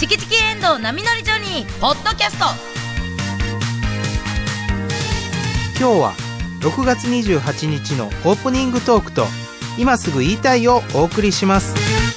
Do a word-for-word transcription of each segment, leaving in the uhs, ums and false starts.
チキチキエンドウ波乗りジョニー」ポッドキャスト。 今日はろくがつにじゅうはちにちのオープニングトークと今すぐ言いたいをお送りします。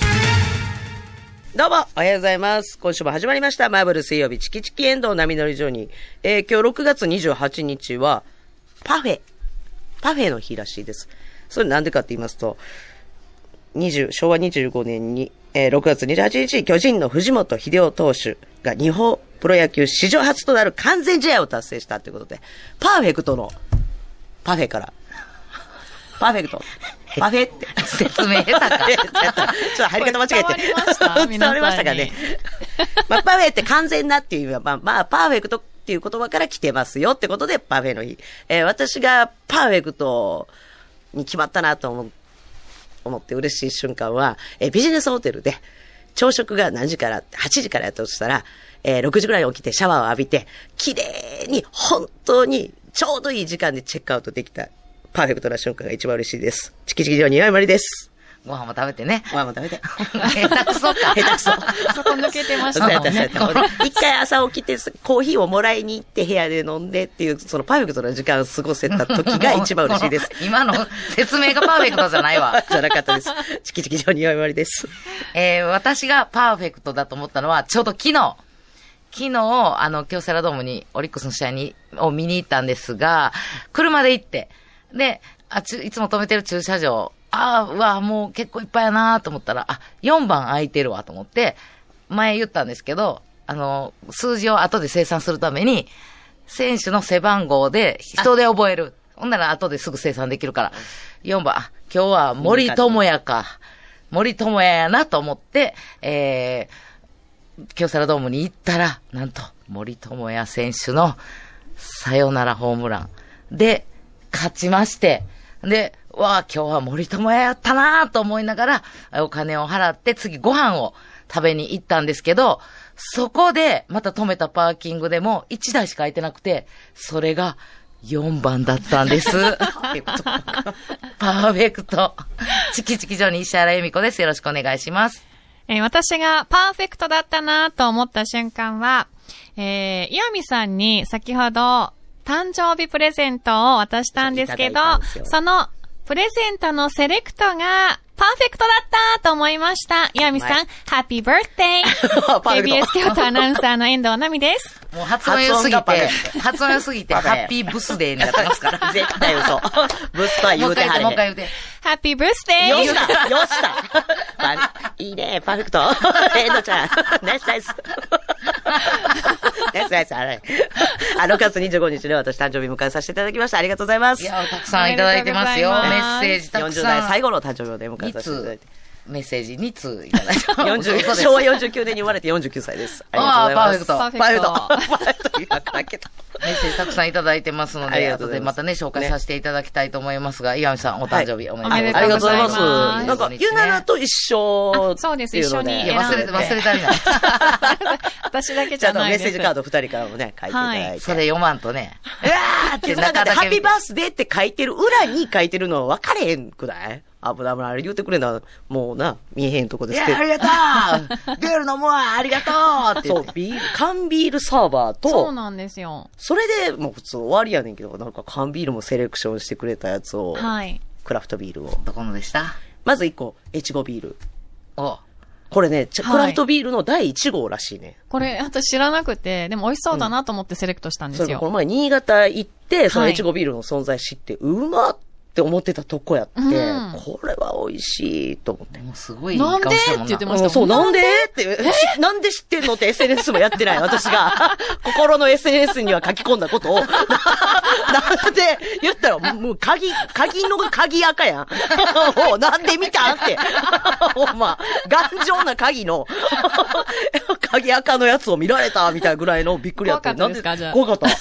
どうもおはようございます。今週も始まりましたマーブル水曜日チキチキエンドウ波乗りジョニー、えー、今日ろくがつにじゅうはちにちはパフェパフェの日らしいです。それなんでかって言いますと、にじゅうしょうわにじゅうごねんに、えー、ろくがつにじゅうはちにち巨人の藤本秀夫投手が日本プロ野球史上初となる完全試合を達成したということで、パーフェクトのパフェからパーフェクトパフェって説明下手かちょっと入り方間違えて伝わりました伝わりましたかねまあパフェって完全なっていうのは、まあ、まあパーフェクトっていう言葉から来てますよってことでパフェの日、えー、私がパーフェクトに決まったなと思思って嬉しい瞬間は、えー、ビジネスホテルで朝食が何時からはちじからやったとしたら、えー、ろくじぐらいに起きてシャワーを浴びて綺麗に本当にちょうどいい時間でチェックアウトできたパーフェクトな瞬間が一番嬉しいです。チキチキ上に岩井まりです。 ご飯も食べてね。 ご飯も食べて。 下手くそか。 下手くそ。 そこ抜けてましたもんね。 一回朝起きてコーヒーをもらいに行って部屋で飲んでっていう、そのパーフェクトな時間を過ごせた時が一番嬉しいです。 今の説明がパーフェクトじゃないわ。 じゃなかったです。チキチキ上に岩井まりです。 えー、私がパーフェクトだと思ったのは、ちょうど昨日。昨日、あの、京セラドームにオリックスの試合に、を見に行ったんですが、車で行って、で、あちいつも止めてる駐車場、ああ、うわ、もう結構いっぱいやなと思ったら、あ、よんばん空いてるわと思って、前言ったんですけど、あの、数字を後で生産するために、選手の背番号で人で覚える。ほんなら後ですぐ生産できるから、よんばん、今日は森友哉か。森友哉やなと思って、えー、京セラドームに行ったら、なんと、森友哉選手のサヨナラホームランで勝ちまして、で、わあ、今日は森友哉やったなと思いながら、お金を払って次ご飯を食べに行ったんですけど、そこでまた止めたパーキングでもいちだいしか空いてなくて、それがよんばんだったんです。パーフェクト。チキチキジョニー石原由美子です。よろしくお願いします。 えー、私がパーフェクトだったなと思った瞬間は、えー、岩見さんに先ほど誕生日プレゼントを渡したんですけど、そのプレゼントのセレクトがパーフェクトだったと思いました。岩見さん、ハッピーバースデーケービーエス 京都アナウンサーの遠藤奈美です。 もう発音良すぎて、発音良すぎて、ハッピーブスデーになってますから。 絶対嘘。ブスとは言うてはれへん。 もう一回言うて。 ハッピーバースデーよしたよしたいいね、パーフェクト。遠藤ちゃん、ナイスナイス。ナイスナイス、あれ。あ、ろくがつにじゅうごにちで私誕生日迎えさせていただきました。ありがとうございます。 いや、たくさんいただいてますよ。メッセージたくさん。 よんじゅうだい最後の誕生日をね、迎えさせていただいて。 メッセージについただいた。 よんじゅうしょうわよんじゅうきゅうねんに生まれてよんじゅうきゅうさいです。ありがとうございます。 パーフェクト。 パーフェクト。パーフェクト。言わなきゃ。 メッセージたくさんいただいてますので、後でまたね、紹介させていただきたいと思いますが、岩見さん、お誕生日おめでとうございます。 ありがとうございます。なんか、ゆななと一緒。 そうです、一緒に。 いや、忘れて、忘れたりない。 私だけじゃないです。 メッセージカードふたりからもね、書いていただいて。 それ読まんとね。 うわーって中だけ。ハッピーバースデーって書いてる裏に書いてるの分かれへんくない危ない危ない。あれ言うてくれな。もうな、見えへんとこですけど。いや、ありがとうビール飲むわありがとうってそう、ビール、缶ビールサーバーと。 そうなんですよ。 それで、もう普通終わりやねんけど、なんか缶ビールもセレクションしてくれたやつを。 はい。 クラフトビールを。 どこのでしたまずいっこ、越後ビール。 おこれね、クラフトビールのだいいち号らしいね。 これ、私知らなくて、でも美味しそうだなと思ってセレクトしたんですよ。うん、 それこの前、新潟行って、その越後ビールの存在知って、はい、うまっって思ってたとこやって、うん、これは美味しいと思って。 もうすごいいい顔してるもんな。 なんでって言ってましたもん。 そう、なんでって、なんで知ってんのって エスエヌエス もやってない私が、心の エスエヌエス には書き込んだことを、なんで言ったら、もう鍵、鍵の鍵赤やん。もうなんで見たんって。ほんま、頑丈な鍵の、鍵赤のやつを見られたみたいぐらいのびっくりやって。 怖かったですかじゃあ。 怖かった。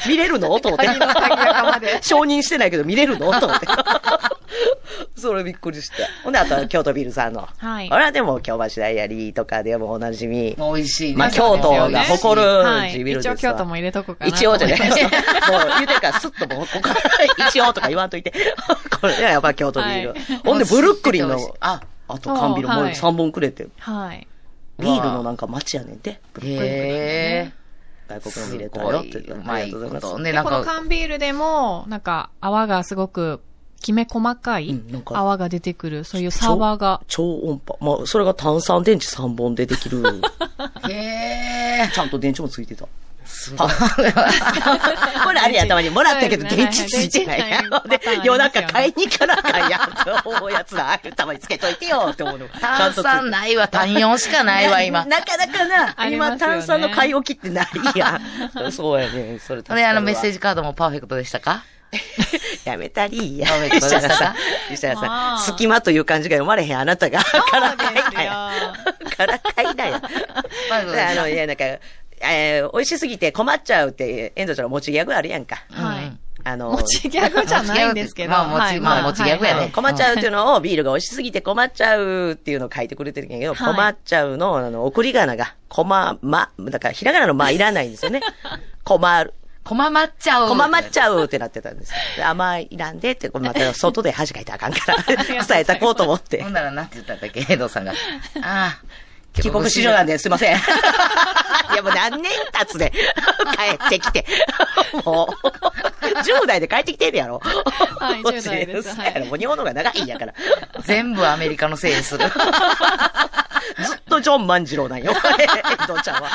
見れるのと思って。 鍵の鍵赤まで。 承認してないけど見れるのと思って。それびっくりして。ほんで、あとは京都ビールさんの。はい。俺はでも、京橋ダイアリーとかでもおなじみ。 美味しいね。 まあ、京都が誇る地ビールですわ。 一応京都も入れとこうかな。 一応じゃね。もう言うてるから、スッともう、ここから一応とか言わんといて。これね、やっぱ京都ビール。ほんで、ブルックリンの、あ、あと缶ビールもうさんぼんくれて。 はい。 ビールのなんか街やねんて。 へー。 外国の見れたよって。 うまいことね、 なんか。この缶ビールでも、なんか泡がすごく、きめ細かい泡が出てくる、うん、そういうサーバーが。 超音波。まあ、それが炭酸電池さんぼんでできる。 へー。 ちゃんと電池もついてた。すごい。これあれや、たまにもらったけど電池ついてないや。で、夜中買いに行かなあかんやんと思うやつら、あれたまにつけといてよって思うの。 炭酸ないわ、単よんしかないわ、今。 なかなかな、今炭酸の買い置きってないやん。そうやね、それ。 で、あのメッセージカードもパーフェクトでしたか？ やめたりや。 パーフェクトでしたか？ 石原さん、隙間という漢字が読まれへんあなたが、からかいなや。からかいなや。あの、いや、なんか、えー、美味しすぎて困っちゃうって、遠藤ちゃんの持ちギャグあるやんか。 はい。 あの、 持ちギャグじゃないんですけど。 まあ、持ち、まあ、持ちギャグやね。 困っちゃうっていうのを、ビールが美味しすぎて困っちゃうっていうのを書いてくれてるんやけど、困っちゃうの、あの、送り仮名が、困ま、だから、ひらがなのまいらないんですよね。困る。 困まっちゃう。 困まっちゃうってなってたんです。甘いらんでって、また外で恥かいたらあかんから、伝えたこうと思って。 ほんならなんて言ったんだっけ、ヘイドさんが。ああ。 帰国子女なんですいません。いやもう何年経つで帰ってきて。もう、じゅう代で帰ってきてるやろ。 はい、じゅう代です。はい、 もう日本の方が長いんやから。 全部アメリカのせいにする。ずっとジョン万次郎なんよ。遠藤ちゃんは。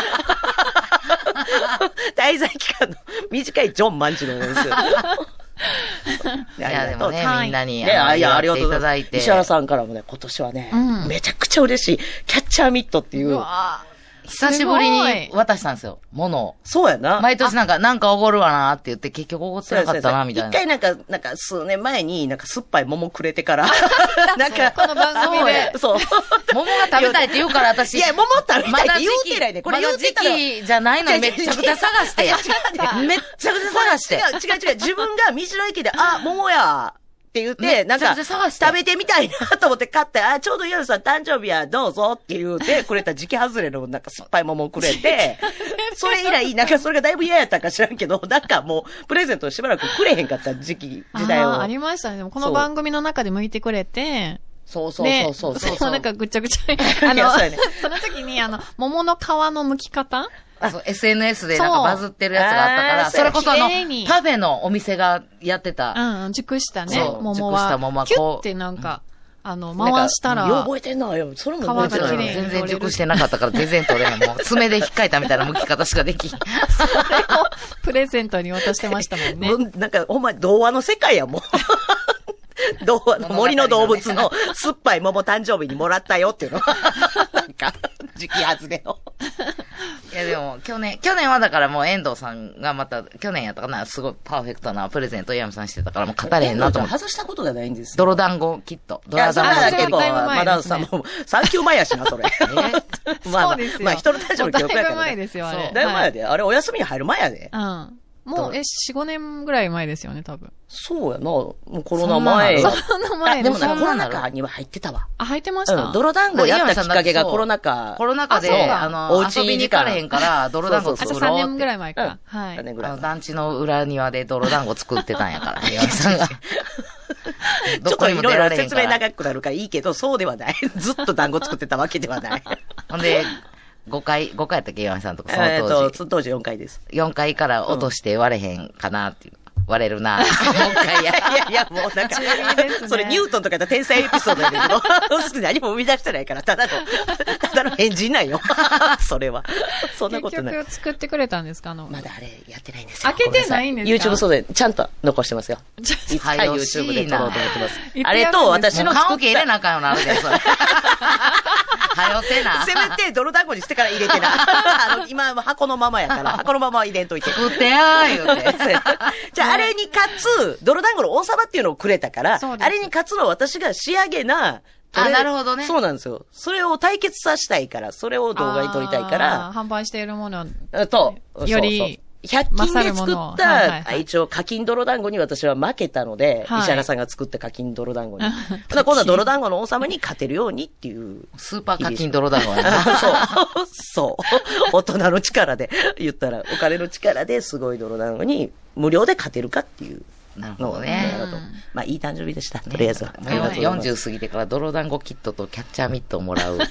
滞在期間の短いジョン万次郎なんですよ。 いや、でもね、みんなに、 いや、いや、ありがとうございて。 石原さんからもね、今年はね、めちゃくちゃ嬉しい、キャッチャーミットっていう。 久しぶりに渡したんですよ、物を。 そうやな。 毎年なんか、なんかおごるわなって言って、結局おごってなかったな、みたいな。 一回なんか、なんか数年前になんか酸っぱい桃くれてから、なんか、 この番組で。 そう。 桃が食べたいって言うから私。 いや、桃食べたいって言うてないね。 これ言うてたら。まだ時期じゃないのにめっちゃくちゃ探して。めっちゃくちゃ探して。 違う違う違う。自分が道の駅で、あ、桃や。って言って、なんか、食べてみたいなと思って買って、あ、ちょうどヨルさん誕生日はどうぞって言うてくれた時期外れのなんか酸っぱい桃をくれて、それ以来、なんかそれがだいぶ嫌やったか知らんけど、なんかもう、プレゼントしばらくくれへんかった時期、時代を。 あ, ありましたね。でもこの番組の中で向いてくれて、 そうそうそうそうそう。 それもなんかぐちゃぐちゃ。あの、ね、その時にあの、桃の皮の剥き方あそう エスエヌエス でなんかバズってるやつがあったから、それこそあの、パフェのお店がやってた。 うん、熟したね、桃は。熟した桃はキュッてなんか、うん、あの、回したら。 よう覚えてんなよ。それも覚えてない。 全然熟してなかったから全然取れへん。もう爪で引っかいたみたいな剥き方しかできん。それをプレゼントに渡してましたもんね。 もなんか、ほんま童話の世界やもん。童話の森の動物の酸っぱい桃誕生日にもらったよっていうの。なんか、時期外れの。 いやでも、去年、去年はだからもう遠藤さんがまた、去年やったかな、すごいパーフェクトなプレゼントを岩見さんしてたからもう語れへんなと思って。 外したことがないんですよ。 泥団子キット。 泥団子だけど、まださんも、さんきゅうまえやしな、それ。えまあ、そうですよ。 まあ、人の誕生日の記憶やから。 だいぶ前ですよ、あれ。 だいぶ前やで。あれ、お休みに入る前やで。 うん。もう、え、よん、ごねんぐらい前ですよね、多分。 そうやな。もうコロナ前。 そんな前でもなんかコロナ禍には入ってたわ。 あ、入ってました、 うん、泥団子やったきっかけがコロナ禍。 コロナ禍で、あの、遊びに行かれへんから、泥団子作ろうって。 さんねんぐらい前か。はい。さんねんぐらい。 団地の裏庭で泥団子作ってたんやから、岩見さんが。 ちょっといろいろ説明長くなるからいいけど、そうではない。ずっと団子作ってたわけではない。 ほんで、ごかい、ごかいやったっけ岩見さんとか、その当時。 えっと、その当時よんかいです。 よんかいから落として割れへんかなっていう。割れるな。もう一回や。 いやいや、もうなんか、それニュートンとかやったら天才エピソードやねんけど、何も生み出してないから、ただの、ただの変人なんよ。それは。そんなことない。 結局作ってくれたんですかあの。 まだあれやってないんですよ。 開けてないんですか ?YouTube そうで、ちゃんと残してますよ。いつか YouTube で撮ろうと思ってます。あれと私の作った。顔入れなあかんよな、あるで、それ。はよせな。 せめて泥団子にしてから入れてな。あの、今は箱のままやから、箱のまま入れんといて。 作ってやー、言うて。 じゃあ、あれに勝つ、泥団子の王様っていうのをくれたから、あれに勝つのは私が仕上げな、 あ、なるほどね。 そうなんですよ。それを対決させたいから、それを動画に撮りたいから。 販売しているものと、 より、 ひゃっ均で作った、はいはいはい、一応課金泥団子に私は負けたので、はい、石原さんが作った課金泥団子に。今度は泥団子の王様に勝てるようにっていう。 スーパー課金泥団子やな。 そう。そう。大人の力で、言ったら、お金の力ですごい泥団子に無料で勝てるかっていう。 なるほどね。 まあ、いい誕生日でした。とりあえずは。 よんじゅう過ぎてから泥団子キットとキャッチャーミットをもらう。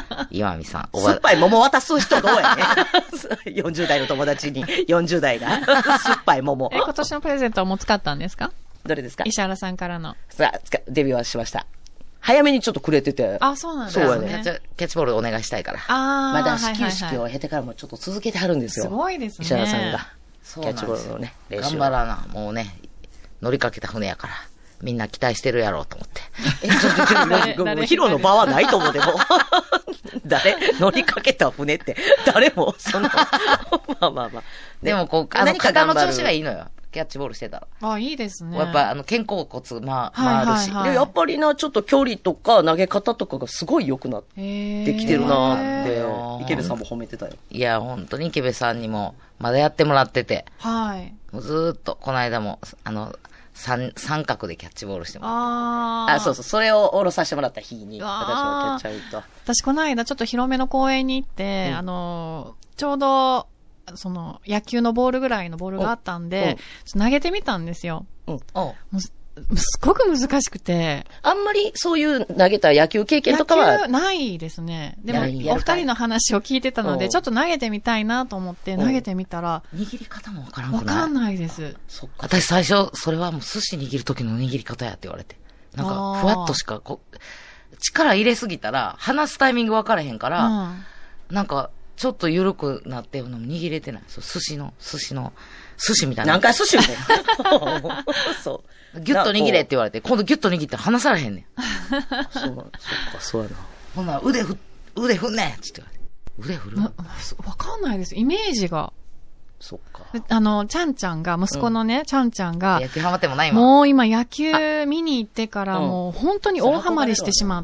岩見さん。 酸っぱい桃渡す人どうやねよんじゅう代の友達に、よんじゅう代が。酸っぱい桃。 え、今年のプレゼントはもう使ったんですか？ どれですか？ 石原さんからの。 さあ、デビューはしました。早めにちょっとくれてて。 あ、そうなんですね。そうやね。キャッチボールお願いしたいから。 あまだ始球式を経てからもちょっと続けてはるんですよ。 すごいですね。 石原さんが。 そうキャッチボールのね、 練習。頑張らな。もうね、乗りかけた船やから。みんな期待してるやろうと思って。 え、ちょっと、ちょっと、披露の場はないと思うでも。誰乗りかけた船って、誰も、その、まあまあまあ。 でもこう、あの、肩の調子がいいのよ。キャッチボールしてたら。 あ、いいですね。 やっぱ、あの、肩甲骨、まあ、回るし。 で、やっぱりな、ちょっと距離とか投げ方とかがすごい良くなってきてるなーって、池部さんも褒めてたよ。 いや、本当に池部さんにも、まだやってもらってて。 はい。 もうずーっと、この間も、あの、三、三角でキャッチボールしてもらって。 ああ。 あ、そうそう、それを下ろさせてもらった日に、私はキャッチャーと。 私、この間、ちょっと広めの公園に行って、うん、あの、ちょうど、その、野球のボールぐらいのボールがあったんで、うん、投げてみたんですよ。うん。もうすっごく難しくて。 あんまりそういう投げた野球経験とかは野球ないですね。でも、お二人の話を聞いてたので、ちょっと投げてみたいなと思って投げてみたら、 握り方もわからんくない？ わかんないです。 そっか。私最初、それはもう寿司握る時の握り方やって言われて。なんか、ふわっとしか、こう、力入れすぎたら、離すタイミングわからへんから、うん、なんか、ちょっと緩くなってるのも握れてない。そう、寿司の、寿司の、寿司みたいな。 何回寿司もそう。ギュッと握れって言われて、今度ギュッと握って離されへんねん。 そう、そっか、そうやな。 ほんなら腕ふ、腕振んねんって言って腕振るわかんないです。イメージが。 そっか。 あの、ちゃんちゃんが、息子のね、うん、ちゃんちゃんが、 野球ハマってもないもん。 もう今野球見に行ってからもう本当に大ハマりしてしまって、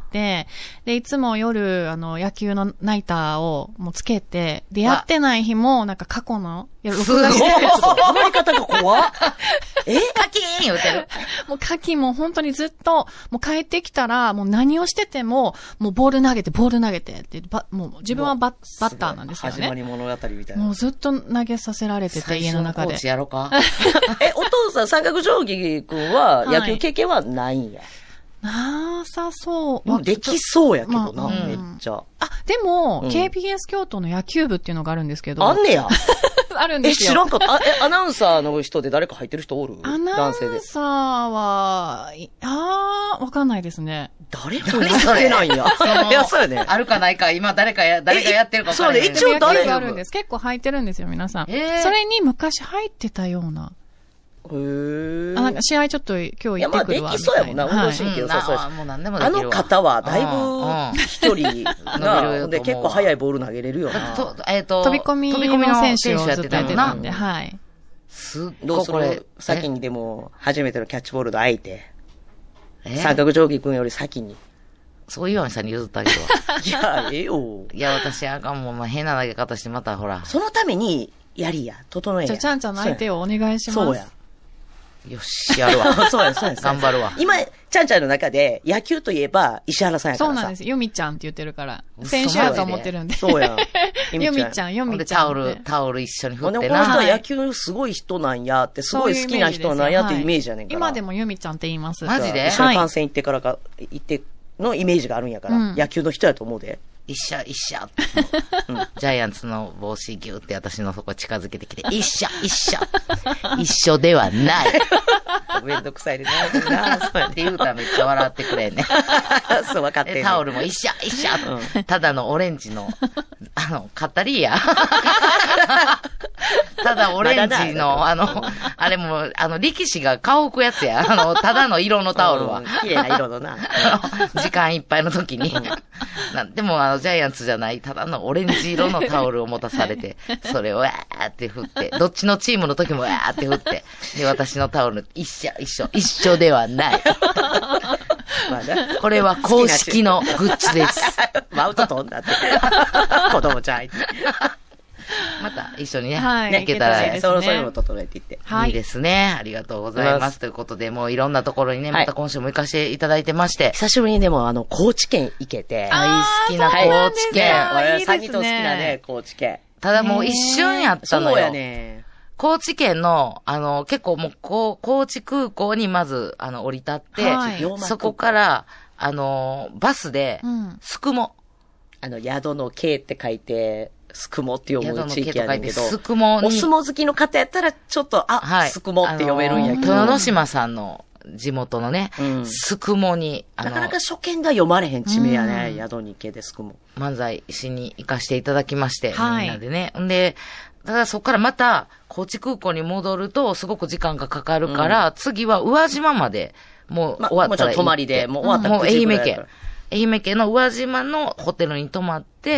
で、いつも夜、あの、野球のナイターをもうつけて、で、やってない日も、なんか過去の、 いや、録画してる。 ハマり方が怖っ。 えカキーン言うてる。 もうカキも本当にずっと、もう帰ってきたら、もう何をしてても、もうボール投げて、ボール投げてって、ばもう自分はバッバッターなんですよね。 始まり物語みたいな。 もうずっと投げさせられてて、家の中で。 コーチやろうかえ、お父さん、三角定規くんは、野球経験はないんや。 なさそう。 できそうやけどな、まあ、めっちゃ。 あ、でも、うん、ケーピーエス 京都の野球部っていうのがあるんですけど。 あんねや。 あるんですよ。 え、知らんかった。あ、え、アナウンサーの人で誰か入ってる人おる？ アナウンサーは、あー、わかんないですね。 誰もやってないんや。いや、そうやね。 あるかないか、今誰かや、誰がやってるか分からない。 そうね、一応誰があるんです。結構入ってるんですよ、皆さん。えー、それに昔入ってたような。 へー。 あ、なんか試合ちょっと今日行ってくるわ。いや、まあ、 できそうやもんな。運動神経良さそうやし。 もう何でもできるわ。 あの方は、だいぶ、飛距離が、で、結構速いボール投げれるよな。 えっと、飛び込みの選手をずっとやってたんで、はい。 すっごいこれ、先にでも、初めてのキャッチボールの相手。三角定規君より先に。 そういうわさんに譲ってあげるわ。 いや、ええよ。 いや、私あかんもん、まあ、変な投げ方してまたほら。 そのために、やりや、整えや。 じゃあ、ちゃんちゃんの相手をお願いします。 そうや。 よし、やるわ。 そうや、そうや。 頑張るわ。 今、ちゃんちゃんの中で、野球といえば、石原さんやからさ。 そうなんです。よみちゃんって言ってるから。選手やと思ってるんで。 そうや。 よみちゃん、よみちゃん。 タオル、タオル一緒に振ってな。 この人は野球すごい人なんやって、すごい好きな人なんやってイメージやねんから。 今でもよみちゃんって言います。 マジで一緒に観戦行ってからか、行ってのイメージがあるんやから、野球の人やと思うで。 一緒、一緒。うん、ジャイアンツの帽子ギューって私のそこ近づけてきて、一緒、一緒。一緒ではない。 めんどくさいでな。 そうやって言うたらめっちゃ笑ってくれんね。 そう、分かってる。 タオルも一緒、一緒。うん、ただのオレンジの、あの、カッタリーや。ただオレンジの、あの、あれも、あの、力士が顔拭くやつや。あの、ただの色のタオルは。 綺麗な色のな。 時間いっぱいの時に。でも、あの、ジャイアンツじゃない、ただのオレンジ色のタオルを持たされて、それをわーって振って、どっちのチームの時もわーって振って、で、私のタオル、一緒、一緒、一緒ではない。まあね、これは公式のグッズです。 マウト飛んだって。子供ちゃん相手。 また一緒にね、 はい、 ね、いけたら、 ね、そろそろ整えていって。 はい。いいですね。ありがとうございます。ということで、もういろんなところにね、また今週も行かせていただいてまして。 久しぶりにでも、あの、高知県行けて。 大好きな高知県。 俺、サギと好きなね、高知県。 ただもう一瞬やったのよ。 そうやね。 高知県の、あの、結構もう、こう、高知空港にまず、あの、降り立って、はい、そこから、あの、バスで、すくも。 あの、宿の系って書いて、すくもって読む地域やねんけど、 すくもに。 お相撲好きの方やったら、ちょっと、あ、はい、すくもって読めるんやけど。 豊ノ島さんの地元のね、うん、すくもに、 なかなか初見が読まれへん地名やね、うん、宿に系ですくも。 漫才しに行かせていただきまして、はい、みんなでね。んで、ただそこからまた、高知空港に戻ると、すごく時間がかかるから、うん、次は宇和島まで、もう終わったらいい、まあ、もうちょっと泊まりで、もう終わったらくじぐらいから。もう愛媛県。愛媛県の宇和島のホテルに泊まって、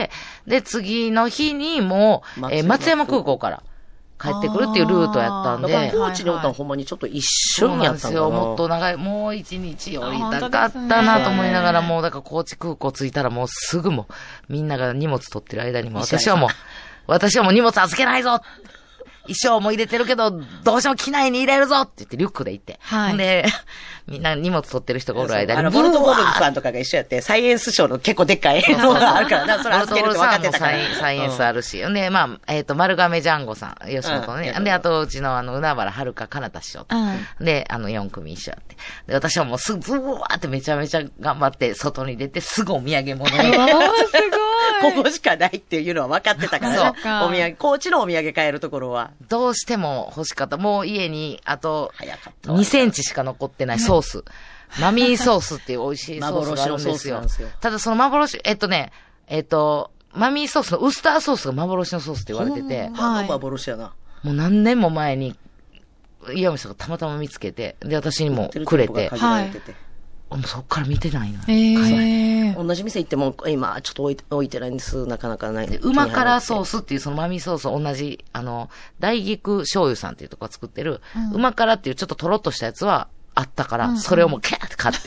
で、次の日にもう、松 山,、えー、松山空港から帰ってくるっていうルートやったんで。 高知におったらほんまにちょっと一瞬やったんだよ。 もっと長い、もう一日降りたかったなと思いながら、もうだから高知空港着いたらもうすぐもう、みんなが荷物取ってる間にも、私はもう、私はもう荷物預けないぞ衣装も入れてるけど、どうしても機内に入れるぞって言ってリュックで行って。はい。で、みんな荷物取ってる人がおる間に。 あの、ボルトボルグさんとかが一緒やって、サイエンスショーの結構でっかいのがあるからな、それ預けるって分かってたから。 サイエンスあるし。うん、で、まあ、えっ、ー、と、丸亀ジャンゴさん、吉本ね。うん、で、あと、うちのあの、海原遥かなた師匠と。うん、で、あの、よん組一緒やって。で、私はもうすぐ、ブワーってめちゃめちゃ頑張って、外に出て、すぐお土産物に。おー、すごい。ここしかないっていうのは分かってたからね。そう。お土産、高知のお土産買えるところは。 どうしても欲しかった。もう家に、あと、にセンチしか残ってないソース。マミーソースっていう美味しいソースがあるんですよ。ですよただその幻、えっとね、えっと、マミーソースのウスターソースが幻のソースって言われてて。 はい。幻やな。 もう何年も前に、岩見さんがたまたま見つけて、で、私にもくれて。はい。もうそっから見てないの。 えー、同じ店行っても、今、ちょっと置いて、置いてないんです。なかなかない。 うま辛ソースっていう、そのマミーソース同じ、あの、大菊醤油さんっていうとこが作ってる、うま辛っていうちょっととろっとしたやつは、あったから、それをもうキャーって買って。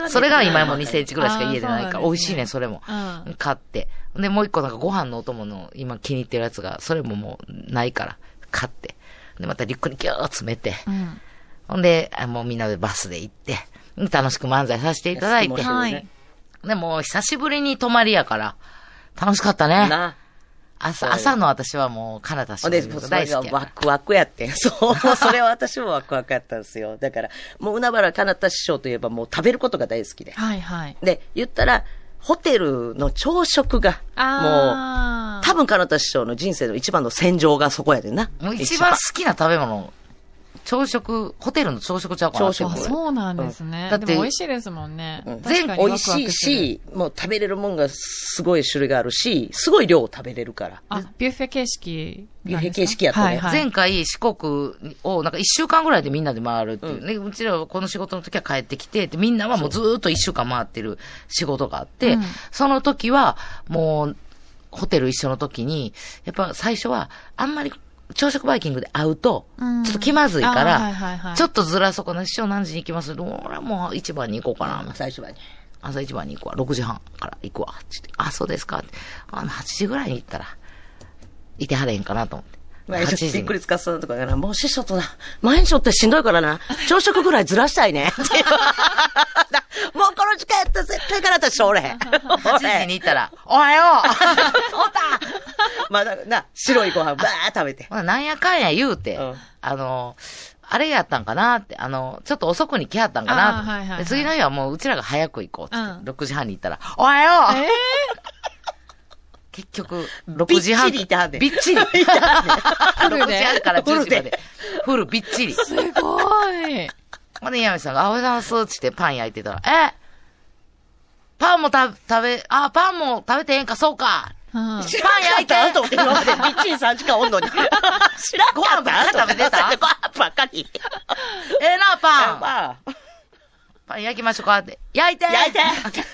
それが今もにセンチぐらいしか家でないから、美味しいね、それも。買って。で、もう一個なんかご飯のお供の今気に入ってるやつが、それももうないから、買って。で、またリュックにギューッ詰めて。ほんで、もうみんなでバスで行って、楽しく漫才させていただいて。はい。で、もう久しぶりに泊まりやから、楽しかったね。な。朝、朝の私はもう、カナダ師匠が大好きや。 ワクワクやって。そう。それは私もワクワクやったんですよ。だから、もう、海原カナダ師匠といえばもう食べることが大好きで。はいはい。で、言ったら、ホテルの朝食が、もう、多分カナダ師匠の人生の一番の戦場がそこやでな。 もう一番好きな食べ物。朝食、ホテルの朝食ちゃうかな。朝食。 そうなんですね。うん、だって美味しいですもんね。 うん、全部美味しいし、もう食べれるもんがすごい種類があるし、すごい量食べれるから。 あ、ビュッフェ形式。 ビュッフェ形式やったね。はいはい、 前回四国をなんか一週間ぐらいでみんなで回るっていうね。うん、うちらはこの仕事の時は帰ってきて、みんなはもうずーっと一週間回ってる仕事があって、うん、その時はもうホテル一緒の時に、やっぱ最初はあんまり朝食バイキングで会うと、ちょっと気まずいから、はいはいはい、ちょっとずらそうかな、師匠何時に行きます俺はもう一番に行こうかな。 最初はね。 朝一番に行くわ。ろくじはんから行くわ。ってってあ、そうですかって。あの、はちじぐらいに行ったら、いてはれへんかなと思って。 まあ、びっくりつかすとかがな、もう師匠とな、毎日おってしんどいからな、朝食ぐらいずらしたいね。ってもうこの時間やったら絶対から私しょおれへん。 はちじに行ったら、おはようおったまだな、白いご飯ばー食べて。 まあ、なんやかんや言うて、うん、あの、あれやったんかなって、あの、ちょっと遅くに来はったんかなって、はいはいはい、次の日はもううちらが早く行こうって、うん、ろくじはんに行ったら、おはよう、えー結局、ろくじはん。 びっちりいてはんねん。 びっちり。ろくじはんからじゅうじまで。フルびっちり。 すごい。 ほんで、岩見さんが、あ、おはようございますって言ってパン焼いてたら、えパンもた食べ、あ、パンも食べてええんか、そうか。うん、パン焼いてあと思って今までびっちりさんじかんおんのに。知らんかったご飯ばっか食べてたご飯ばっかり。 ええな、パン。パン。パン焼きましょうかって。焼いて焼いて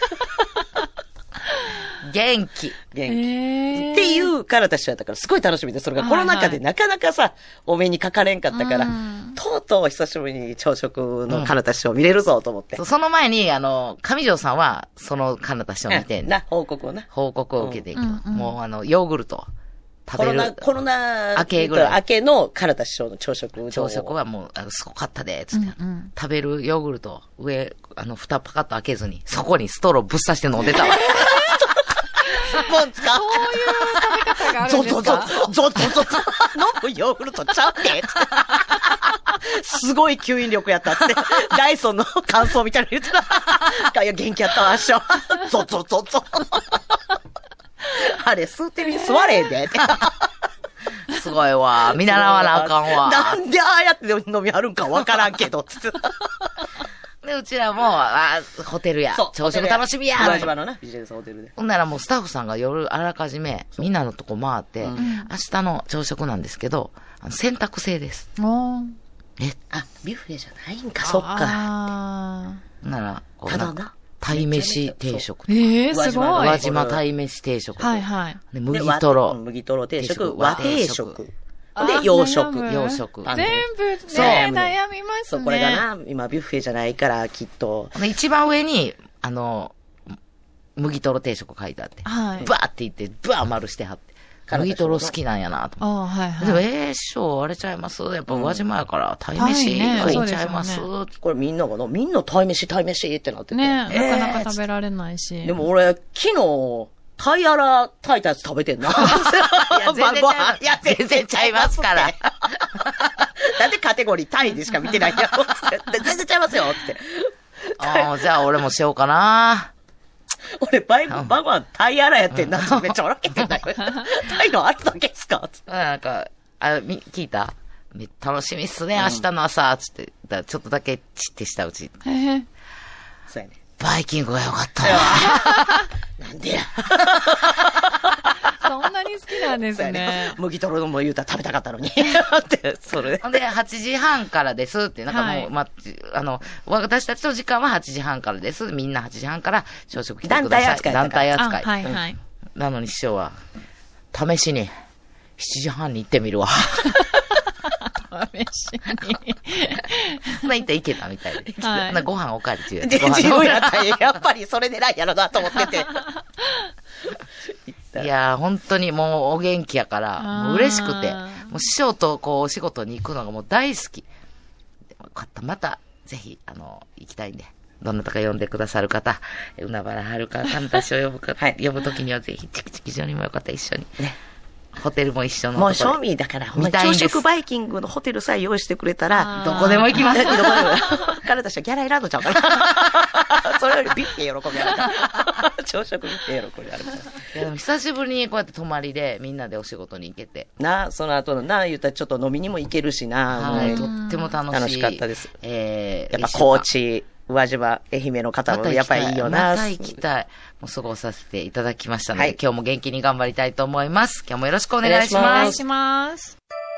元気。 元気。えー、っていうから私はだからすごい楽しみで、それがコロナ禍でなかなかさ、はいはい、お目にかかれんかったから、うん、とうとう久しぶりに朝食のかなた師匠を見れるぞと思って。 うん、その前に、あの、上条さんは、そのかなた師匠を見てんな、報告をな。 報告を受けていく、うんうん、もうあの、ヨーグルト。食べる。 コロナ、コロナ、 明けぐらい。 明けのかなた師匠の朝食。 朝食はもう、あすごかったで、つって、うんうん。食べるヨーグルト、上、あの、蓋パカッと開けずに、そこにストローぶっ刺して飲んでたわ。 スポンツか。 そういう食べ方があるんですか？ゾゾゾゾゾゾゾ飲むヨーグルトちゃうってすごい吸引力やったって。ダイソンの感想みたいなの言ってた。いや、元気やったわ、師匠。ゾゾゾゾ。 あれ、吸ってみ、吸われへんで。 すごいわ。見習わなあかんわ。 なんでああやって飲みはるんかわからんけど、つって。 で、うちらも、あホテルや。朝食楽しみや。 宇和島のな、ビジネスホテルで。 ほんならもうスタッフさんが夜あらかじめ、みんなのとこ回って、うん、明日の朝食なんですけど、選択制です。 え、あ、ビュッフェじゃないんか、そっか。 なら、こうただな。 鯛めし定食。 ええ、すごい。 宇和島鯛めし定食。 はいはい。 で、麦とろ。 麦とろ定食、和定食。で、洋食。 洋食。 全部ね、悩みますね。 そう、これがな、今ビュッフェじゃないから、きっと。 一番上に、あの、麦とろ定食書いてあって。はい。バーって言って、バー丸してはって。麦とろ好きなんやなと思って。ああ、はいはい。でも、えー、師匠、あれちゃいますやっぱ宇和島やから、鯛めしがいいんちゃいます、 これみんながな、みんな鯛めし、鯛めしってなってて。 ね、なかなか食べられないし。 でも俺、昨日、タイアラ炊いたやつ食べてんな。いや、全然ちゃいます。いや、全然ちゃいますから。 なんでカテゴリータイでしか見てないんやろ全然ちゃいますよって。 ああ、じゃあ俺もしようかな。 俺、バイブ、バグはタイアラやってんなってめっちゃ笑けてんだよ。タイのあつだけっすかなんか、あ、み、聞いた楽しみっすね、明日の朝、つって。だちょっとだけチってしたうち。へぇ。そうやね。 バイキングがよかったわ。 なんでや。 そんなに好きなんですね。 麦とろのも言うたら食べたかったのに。って、それ。 ほんで、はちじはんからですって、なんかもう、はい、ま、あの、私たちの時間ははちじはんからです。みんなはちじはんから朝食来てください。団体扱い。団体扱い。はいはい。なのに師匠は、試しに、しちじはんに行ってみるわ。 試しに。 まあ、行ったら行けたみたいで。はい、ご飯おかわり中やった。 自分やったら、やっぱりそれでないやろなと思ってて。 いやー、本当にもうお元気やから、もう嬉しくて、もう師匠とこうお仕事に行くのがもう大好き。でもよかった。また、ぜひ、あの、行きたいんで。どんなとか呼んでくださる方、海原はるかさんたちを呼ぶか、はい、呼ぶときにはぜひ、チキチキ場にもよかったら一緒に。ね。ホテルも一緒の。 もう賞味だから、ほんま朝食バイキングのホテルさえ用意してくれたら、 どこでも行きます。どこでも。 彼たちはギャラいらんのちゃうかな。それよりビッフェ喜びあるから。朝食ビッフェ喜びあるから。いやでも久しぶりにこうやって泊まりでみんなでお仕事に行けて。 な、その後のな、言ったらちょっと飲みにも行けるしな。 はい、とっても楽しい。 楽しかったです。 えー、 やっぱ高知、宇和島、愛媛の方もやっぱりいいよな。 また行きたい。もう過ごさせていただきましたので、はい、今日も元気に頑張りたいと思います。今日もよろしくお願いします。お願いします。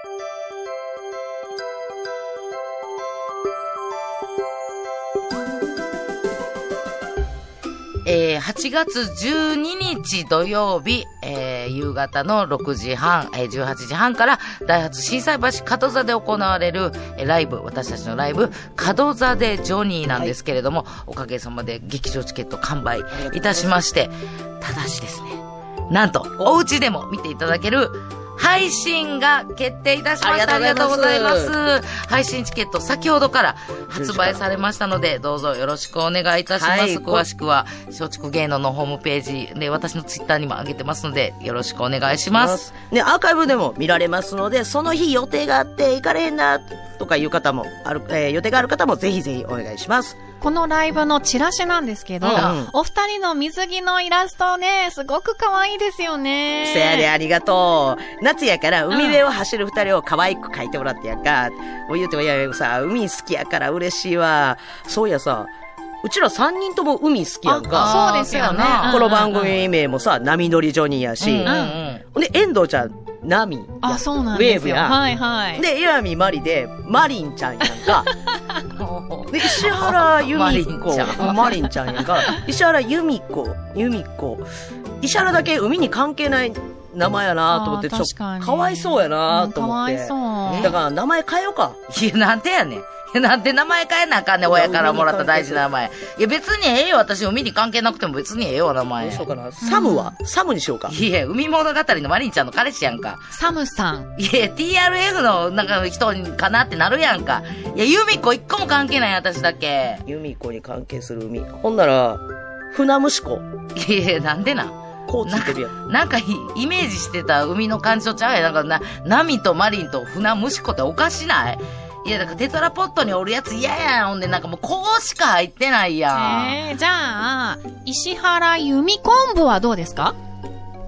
えー、はちがつじゅうににち土曜日、えー、夕方のろくじはん、えー、じゅうはちじはんからダイハツ心斎橋門座で行われる、えー、ライブ、私たちのライブ、門座でジョニーなんですけれども、はい、おかげさまで劇場チケット完売いたしまして、ただしですね、なんと、お家でも見ていただける配信が決定いたしました。ありがとうございます。配信チケット先ほどから発売されましたので、どうぞよろしくお願いいたします。はい、詳しくは、松竹芸能のホームページで、私のツイッターにも上げてますので、よろしくお願いします。 ね、アーカイブでも見られますので、その日予定があって行かれへんな、とかいう方もある、えー、予定がある方もぜひぜひお願いします。 このライブのチラシなんですけど、うんうん、お二人の水着のイラストね、すごく可愛いですよね。 せやで、ありがとう。夏やから海辺を走る二人を可愛く描いてもらってやんか。もう言うてもいやいやさ、海好きやから嬉しいわ。そういやさ、うちら三人とも海好きやんか。 そうですよね。 この番組名もさ、波乗りジョニーやし。うんうん、で、遠藤ちゃん、波。 あ、そうなんですよ。 ウェーブや。 はいはい。 で、岩見まりで、マリンちゃんやんか。で、石原由美子。マリンちゃんやんか。石原由美子。由美子。石原だけ海に関係ない名前やなと思って、ちょっとかわいそうやなと思って。 かわいそう。 だから名前変えようか。 いや、なんでやねん。なんで名前変えなあかんねん、親からもらった大事な名前。いや、別にええよ、私、海に関係なくても別にええよ、名前。 どうしようかな。サムは、うん、サムにしようか。 いや、海物語のマリンちゃんの彼氏やんか。 サムさん。 いや、ティーアールエフ の、なんか、人かなってなるやんか。いや、ユミコ一個も関係ない、私だけ。 ユミコに関係する海。ほんなら、船虫子。 いや、なんでな。 こうついてるやん。 なんか、イメージしてた海の感じとちゃうやん。なんかな、ナミとマリンと船虫子っておかしない？いや、だからテトラポットにおるやつ嫌やん。ほんで、なんかもう、こうしか入ってないやん。 えー、じゃあ、石原由美昆布はどうですか？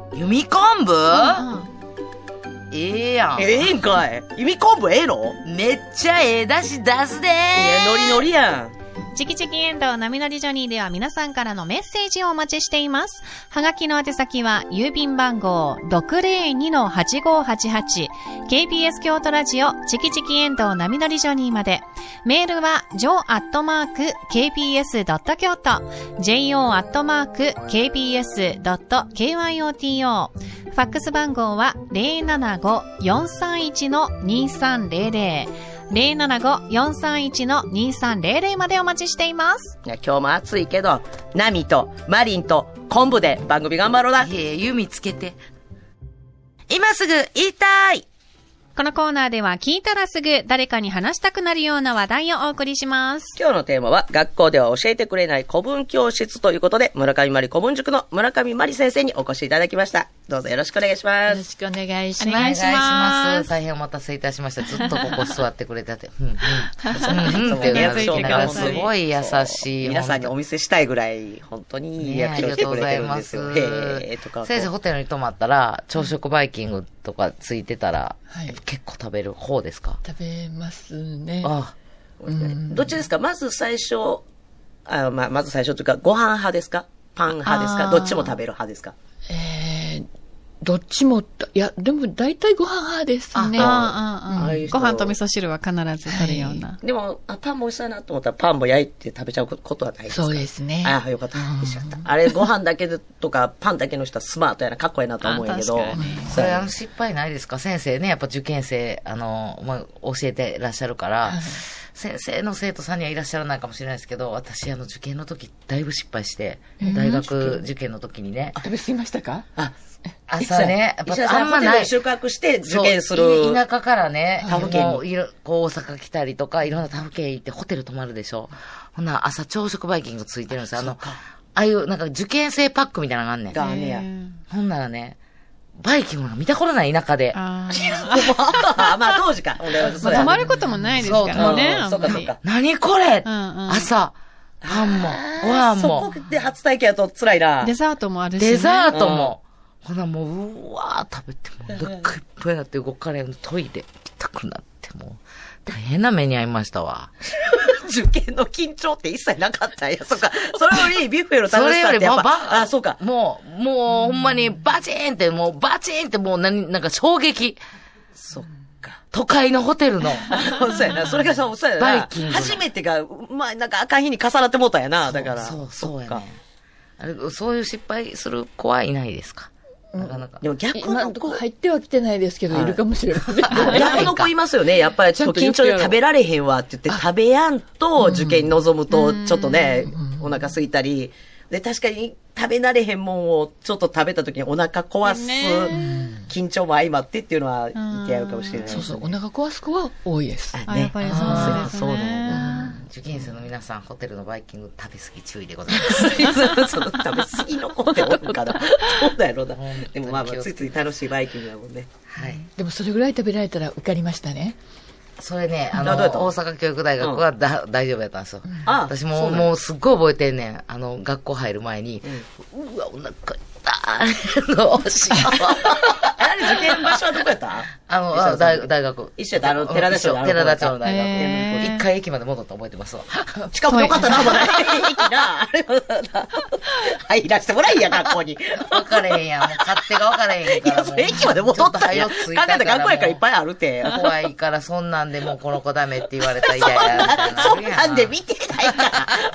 弓昆布、 うんうん、 ええやん。 ええんかい。弓昆布ええの？ めっちゃええだし出すでー。いや、ノリノリやん。 チキチキエンドウ波乗りジョニーでは皆さんからのメッセージをお待ちしています。はがきの宛先は郵便番号 ろくぜろにのはちごはちはち ケービーエス 京都ラジオチキチキエンドウ波乗りジョニーまで。メールは ジョー アットマーク ケービーエス ドット 京都 ジェイオー アットマーク ケービーエス ドット ケーワイオーティーオー。 ファックス番号は ゼロななご よんさんいち にさんゼロゼロゼロななご よんさんいち にさんゼロゼロまでお待ちしています。 いや、今日も暑いけど、ナミとマリンと昆布で番組頑張ろうな。 いえ、弓つけて。今すぐ言いたい。 このコーナーでは聞いたらすぐ誰かに話したくなるような話題をお送りします。 今日のテーマは学校では教えてくれない古文教室ということで、村上まり古文塾の村上まり先生にお越しいただきました。どうぞよろしくお願いします。 よろしくお願いします。 お願いします。 大変お待たせいたしました。ずっとここ座ってくれてて。うんうん。 うんうんっていうリアクションがすごい優しい。 皆さんにお見せしたいぐらい、本当にいいリアクションしてくれてるんですよ。へーとか。 先生ホテルに泊まったら、朝食バイキングとかついてたら、はい、結構食べる方ですか？ 食べますね。 ああ、うん、どっちですか？まず最初、あまあ、まず最初というか、ご飯派ですか？パン派ですか？どっちも食べる派ですか？ えー、どっちも、いや、でも大体ご飯派ですね。 ああ、うん、ご飯と味噌汁は必ず取るような。はい、 でもあ、パンも美味しそうなと思ったらパンも焼いて食べちゃうことはないですか？ そうですね。 ああ、よかった。よしった。あれ、ご飯だけとかパンだけの人はスマートやな、かっこいいなと思うんやけど。 それあの失敗ないですか？先生ね、やっぱ受験生、あの、まあ、教えてらっしゃるから、はい、先生の生徒さんにはいらっしゃらないかもしれないですけど、私あの受験の時だいぶ失敗して、大学受験の時にね。 食べ過ぎましたか？ あ朝ね、 やっぱあんまない。収穫して受験する。 田舎からね、 他府県に。こう大阪来たりとか、いろんな他府県行ってホテル泊まるでしょ。ほんなら朝朝食バイキングついてるんですよ。あの、ああいうなんか受験生パックみたいなのがあんねん。 がねや。 ほんならね、バイキングが見たことない田舎で。 ああ。まあ当時か。 まあ、泊まることもないですからね。 そうかそうか。 何これ、うんうん、朝、パンも、ご飯も。 そこで初体験やと辛いな。 デザートもあるし、ね。 デザートも。うんほなもう、うわー食べて、もう、お腹いっぱいになって動かれんトイレ行きたくなって、もう、大変な目に遭いましたわ。 受験の緊張って一切なかったんや。そっか。それよりビュッフェの楽しさってやっぱ。ば、あ、そうか。 もう、もう、ほんまにバチーンって、もう、バチーンってもう、なに、なんか衝撃。 そっか。 都会のホテルの。 そうやな。それがさ、そうやな。バイキング。初めてが、まあ、なんか赤い日に重なってもうたんやな。だから。 そう、そうやね。あれ、そういう失敗する子はいないですか？なかなか。 でも逆の子入っては来てないですけど、はい、いるかもしれません。 逆の子いますよね。やっぱりちょっと緊張で食べられへんわって言って、食べやんと受験に臨むと、ちょっとね、お腹空いたり。で、確かに食べ慣れへんもんをちょっと食べた時にお腹壊す緊張も相まってっていうのは言ってやるかもしれない、ね。 そうそう、お腹壊す子は多いです。 あ、ね、やっぱりそうですね。 そうだよな。受験生の皆さん、ホテルのバイキング食べ過ぎ注意でございます。 その食べ過ぎの子っておるかな。そうだやろな。でもまあまあ、ついつい楽しいバイキングだもんね。 はい。 でもそれぐらい食べられたら受かりましたね。 それね、あの、大阪教育大学はだ、うん、大丈夫やったんですよ。ああ私も、もうすっごい覚えてんねん。あの、学校入る前に、うん、うわ、お腹痛い。どうしよう。 あれ、受験場所はどこやったあの、あ大大学。 一緒やった。あの、寺田町の。 寺田町の大学。一回駅まで戻って覚えてますわ。 近くでよかったな、まだ。駅な。あれもな。入らせてもらいや、学校に。 分かれへんやん。もう勝手が分かれへんから。 いや、それ駅まで戻ったら。考えた学校やからいっぱいあるて。 怖いから、そんなんでもうこの子ダメって言われたら嫌や、みたいな。 そんなんで見てないから。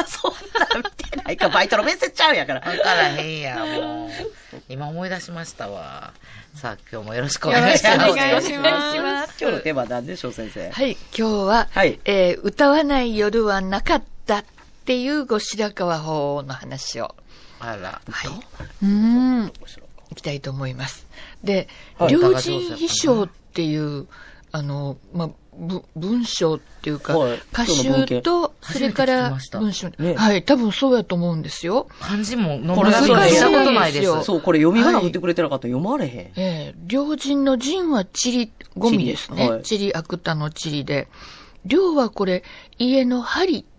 そんなん見てないから。バイトの面接ちゃうんやから。 分からへんや、もう。今思い出しましたわ。さあ、今日もよろしくお願いします。 よろしくお願いします。 今日のテーマは何でしょう、先生。 はい、今日は、はい、えー、歌わない夜はなかったっていう後白河法皇の話を。 あら。 はい。うん。いきたいと思います。で、はい、両人秘書っていう、あの、まあ、文章っていうか、はい、歌集と、それから文章、ね、はい、多分そうやと思うんですよ。 漢字も、 これそう聞いたことないです。 そう、これ読み仮名振ってくれてなかったら読まれへん。 ええー、両人の人はチリ、ゴミですね。チリ、はい、芥のチリで。両はこれ、家の針っ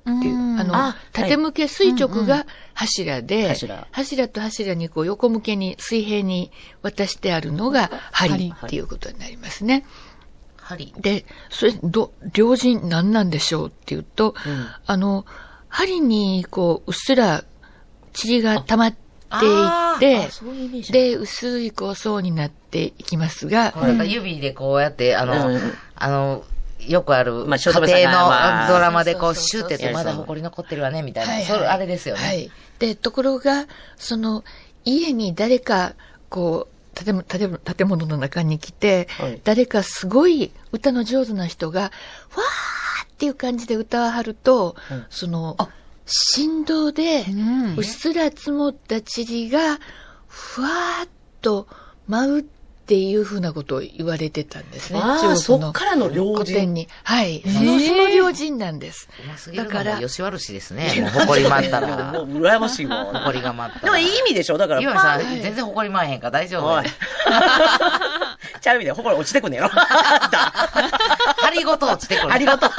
っていう、あの、あ縦向け垂直が柱で、うんうん、 柱. 柱と柱にこう横向けに水平に渡してあるのが針っていうことになりますね。 針。 で、それ、ど、両刃何なんでしょうっていうと、うん、あの、針にこう、うっすら塵が溜まっていって、ううで、薄いこう層になっていきますが、 これが指でこうやって、あの、うん、あの、よくある、まあ、家庭のドラマでこう、シューってやってまだ埃残ってるわね、みたいな。はいはい、それ、あれですよね。はい。 で、ところが、その、家に誰か、こう、建物、建物の中に来て、はい、誰かすごい歌の上手な人が、わーっていう感じで歌わはると、うん、その、振動で、うっすら積もった塵が、ふわーっと舞うっていうふうなことを言われてたんですね。 ああ、そっからの両古典に。はい。その、その両人なんです。 だから、吉原市ですね。もう誇りまったら。 もう羨ましいわ。 誇りがまったら。 でもいい意味でしょだから。 岩見さん、全然誇りまえへんか大丈夫。 ちゃう意味で誇り落ちてくんねやろ。 針ごと落ちてくる。 針ごと。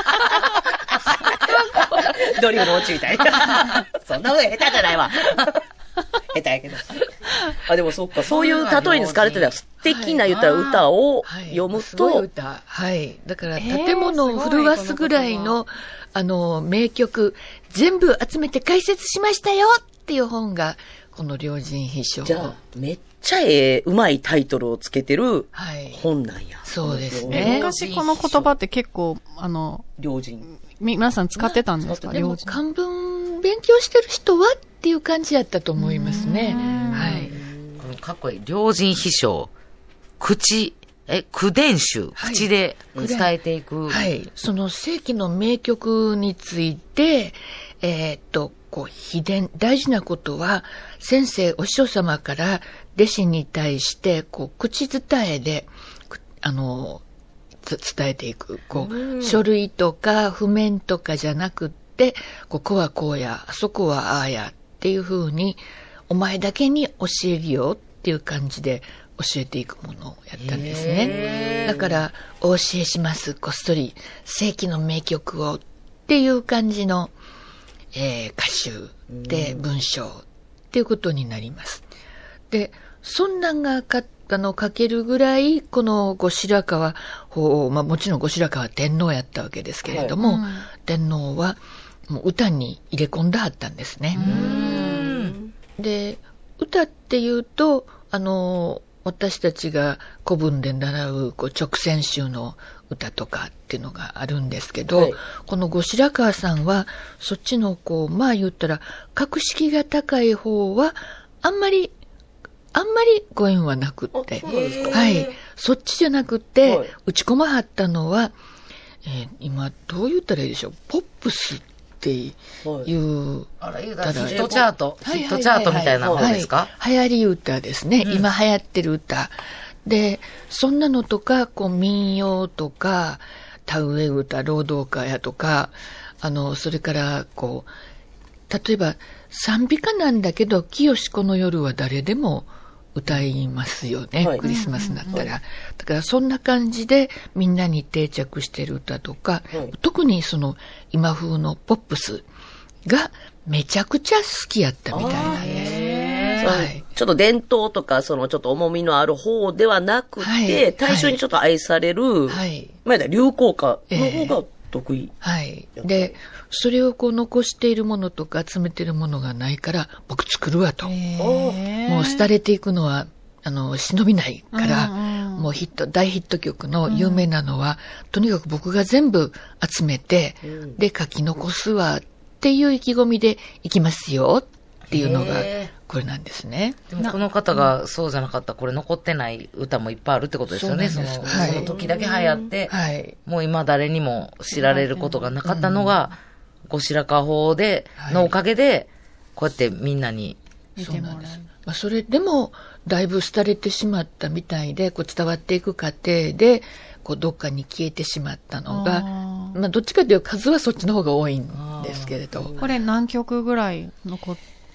ドリルの落ちみたいな。そんな上下手じゃないわ。下手やけど。あ、でもそっか、そういう例えに使われてた素敵な言ったら歌を読むと。すごい歌。はい。だから建物を震わすぐらいの、あの、名曲、全部集めて解説しましたよっていう本が、この両人秘書。 じゃあ、めっちゃええ、うまいタイトルをつけてる本なんや。 はい、そうですね。 昔この言葉って結構、あの、 両人。 皆さん使ってたんですか？ でも漢文勉強してる人はっていう感じだったと思いますね。はい。 このかっこいい。両人秘書、口、え、口伝集、はい、口で伝えていく。 はい。その世紀の名曲について、えー、っと、こう、秘伝、大事なことは、先生、お師匠様から弟子に対して、こう、口伝えで、あの、伝えていく。こう、書類とか譜面とかじゃなくって、ここはこうや、あそこはああやっていう風に、お前だけに教えるよっていう感じで教えていくものをやったんですね。だから、お教えします、こっそり、世紀の名曲をっていう感じの、えー、歌集で文章っていうことになります。で、そんなんがかあの、書けるぐらい、この後白河法、まあもちろん後白河は天皇やったわけですけれども、はいうん、天皇はもう歌に入れ込んだはったんですね。うんで、歌っていうと、あの、私たちが古文で習うこう直線集の歌とかっていうのがあるんですけど、はい、この後白河さんは、そっちのこう、まあ言ったら、格式が高い方は、あんまりあんまりご縁はなくって。はい。そっちじゃなくて、はい、打ち込まはったのは、えー、今、どう言ったらいいでしょう。ポップスっていう。 はい、あら、言うたら、ヒットチャート。ヒットチャートみたいなものですか？ はい、流行り歌ですね。うん、今流行ってる歌。で、そんなのとか、こう、民謡とか、田植え歌、労働歌やとか、あの、それから、こう、例えば、賛美歌なんだけど、清子の夜は誰でも、歌いますよね、はい、クリスマスになったら、はい、だからそんな感じでみんなに定着してる歌とか、はい、特にその今風のポップスがめちゃくちゃ好きやったみたいなんです、はい、 ちょっと伝統とかそのちょっと重みのある方ではなくて、はい、大衆にちょっと愛される、はい、まあ流行歌の方が得意、 えー、はいでそれをこう残しているものとか集めているものがないから僕作るわと、えー、もう廃れていくのはあの忍びないから、うんうん、もうヒット大ヒット曲の有名なのは、うん、とにかく僕が全部集めて、うん、で書き残すわっていう意気込みでいきますよっていうのがこれなんですね。 でもこの方がそうじゃなかったらこれ残ってない歌もいっぱいあるってことですよね。その、はい、その時だけ流行って、はい、もう今誰にも知られることがなかったのが、うん後白河法で、のおかげで、こうやってみんなに。 そうなんです。まあ、それでも、だいぶ廃れてしまったみたいで、こう伝わっていく過程で、こうどっかに消えてしまったのが、あまあどっちかというと数はそっちの方が多いんですけれど。 これ何曲ぐらい残っ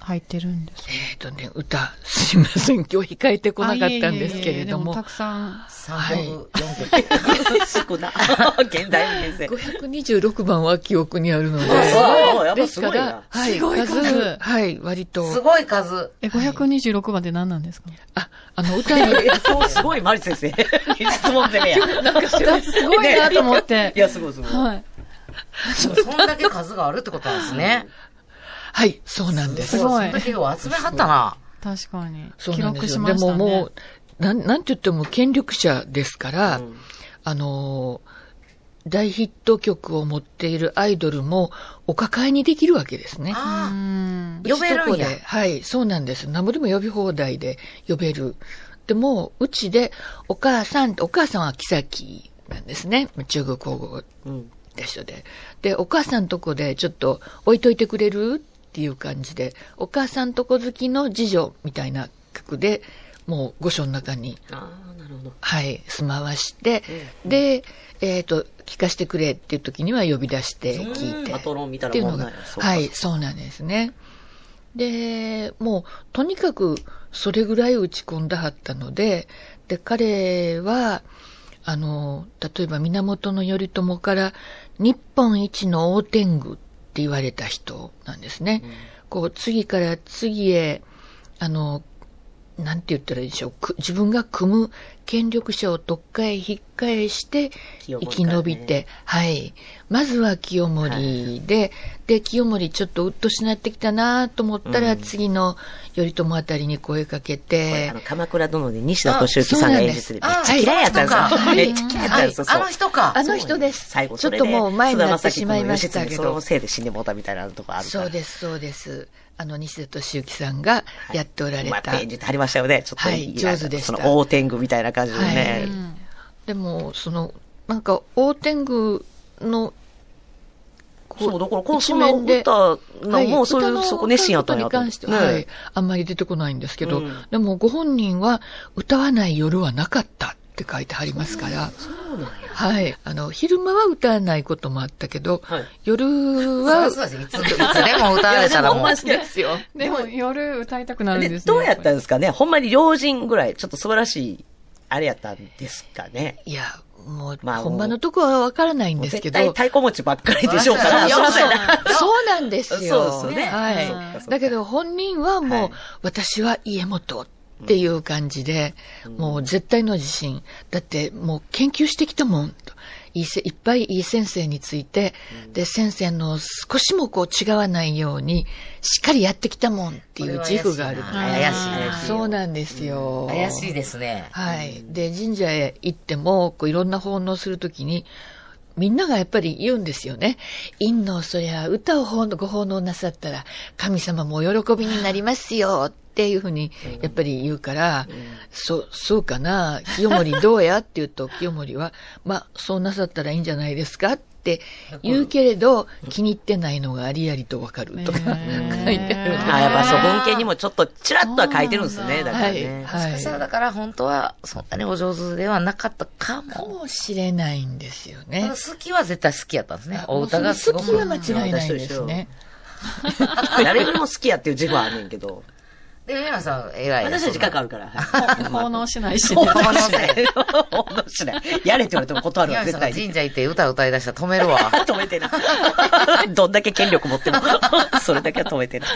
入ってるんですか？ えっ、とね、歌、すいません。今日控えてこなかったんですけれども。 あいえいえいえでもたくさん。 さんきょく、よんきょく。 少な。現代人生。 ごひゃくにじゅうろくばんは記憶にあるので。 ああ、やっぱですすかごいなら、。はい、 すごい数数、はい、割と。 すごい数。 え、ごひゃくにじゅうろくばんって何なんですか？ あ、あの、歌に、 そう、すごい、マリ先生。質問攻めや。 なんかふたつすごいなと思って。 いや、すごいすごい。 はい。 そんだけ数があるってことなんですね。 はい、そうなんです。 すごいそんだけを集めはったな。 確かに。 そう記なんですよ。で録しましたね。 ももう、なん、なんて言っても権力者ですから、 うんあのー、大ヒット曲を持っているアイドルもお抱えにできるわけですね。 うあん。 呼べるんやうちとこではい、そうなんです。何ぼでも呼び放題で呼べる。でも、うちでお母さん、お母さんは木崎なんですね。中国語うん。 で人で。で、お母さんとこでちょっと置いといてくれるっていう感じで、お母さんとこ好きの次女みたいな曲で、もう御所の中に、 ああ、なるほど。 はい、住まわして、で、えっ、と、聞かせてくれっていう時には呼び出して聞いて。 パトロンみたっていうのがいなもんなんや。そうかはい、そうなんですね。で、もう、とにかく、それぐらい打ち込んだはったので、で、彼は、あの、例えば源頼朝から日本一の大天狗って言われた人なんですね。こう、次から次へ、あの、なんて言ったらいいでしょう。く自分が組む権力者をどっかへ引っ返して清生き盛からね延びて、はい。まずは清盛で、で、清盛ちょっとうっとしなってきたなと思ったら、次の頼朝あたりに声かけこれてあの、、鎌倉殿で西田敏行さんが演じてる。めっあちゃ嫌いやったんですよ。 はいめっちゃ嫌いやったんですよ。 あの人か。 あの人です。 最後、 ちょっともう前になってしまいましたけそのど。 せいで死んでもうたみたいなとこあるから。 そうです、そうです。あの、西田敏行さんがやっておられまあ、 た。 演じてはりましたよね。ちょっと、 はい上手でしたその大天狗みたいな感じでね。 でも、その、なんか、大天狗の、こそう、だから、この、 一その面で歌のもう、そういう、 歌のそこ熱心やったんやことに関しては、 ねはい、あんまり出てこないんですけど、 うんでもご本人は歌わない夜はなかったって書いてありますから、 そうなんや。 はい。あの、昼間は歌わないこともあったけど、 はい夜そは、 うそうです。いつ、いつでも歌われたらもう。 ですよ。 でも夜歌いたくなるんで、 ですね。 どうやったんんですかねほんまに両人ぐらい、ちょっと素晴らしい、あれやったんですかね。 いや、もう、 まあほんまのとこはわからないんですけど、 絶対太鼓持ちばっかりでしょうから。 そうそうやな。 そうなんですよ。 そうですよねはいそうかそうかだけど本人はもう、 はい私は家元っていう感じで、もう絶対の自信。だってもう研究してきたもんと。いいせいっぱいいい先生について、で、先生の少しもこう違わないように、しっかりやってきたもんっていう自負がある。 これは怪しいな怪しいねそうなんですよ。 怪しいですね。 はい。で、神社へ行っても、こういろんな奉納するときに、みんながやっぱり言うんですよね。陰の、そりゃ、歌を奉納ご奉納なさったら、神様もお喜びになりますよ、っていうふうに、やっぱり言うから、そ、そうかな、清盛どうやって言うと、清盛は、まあ、そうなさったらいいんじゃないですかって言うけれど、気に入ってないのがありありとわかるとか、書いてある。 あ、やっぱそう、文献にもちょっとチラッとは書いてるんですね。だからね。 はい。 そしたらだから本当はそんなにお上手ではなかったかかも。 もしれないんですよね。 好きは絶対好きやったんですね。お歌がすごく。 好きは間違いないですね。 誰よりも好きやっていう自負はあんねんけど。 で、皆さん偉いです。 私は時間かかるから。 奉納しないし。 奉納しない。奉納しない。やれって言われても断るわ、 宮さんが絶対に。 神社行って歌歌い出したら止めるわ。 止めてる。どんだけ権力持っても、それだけは止めてる。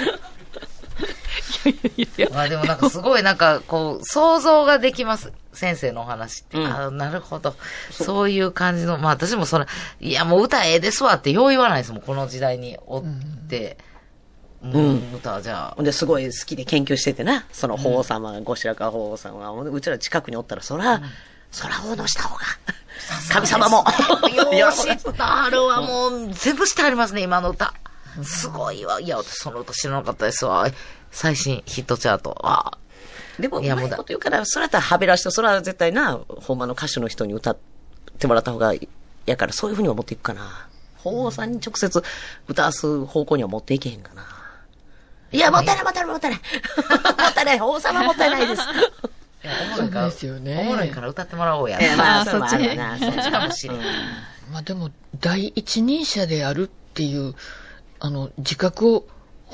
まあでもなんかすごいなんかこう想像ができます。先生のお話って。 うんあなるほど。そういう感じの、まあ私もそれ、いやもう歌ええですわってよう言わないですもん。この時代におって。うん、歌じゃあ。 ほんで、すごい好きで研究しててな。その法皇様、後白河法皇様が、うちら近くにおったら、そら、そら奉納した方が、神様も。 よし、あるわ、もう、全部してありますね、今の歌。すごいわ。いや、私その歌知らなかったですわ。最新ヒットチャート。あでも、 いやもうだうまいこと言うから、それやったらはべらして、それは絶対な、ほんまの歌手の人に歌ってもらった方が、やから、そういうふうには持っていくかな。法皇さんに直接歌わす方向には持っていけへんかな。いや、もったいない、もったいない、もったいない。もったいない、王様もったいないです。 いやおもろいから、 そうですよねおもろいから歌ってもらおうや。 えーまあ、 あーそれもあるわな。 そっちかもしれん。 まあでも、第一人者であるっていう、あの、自覚を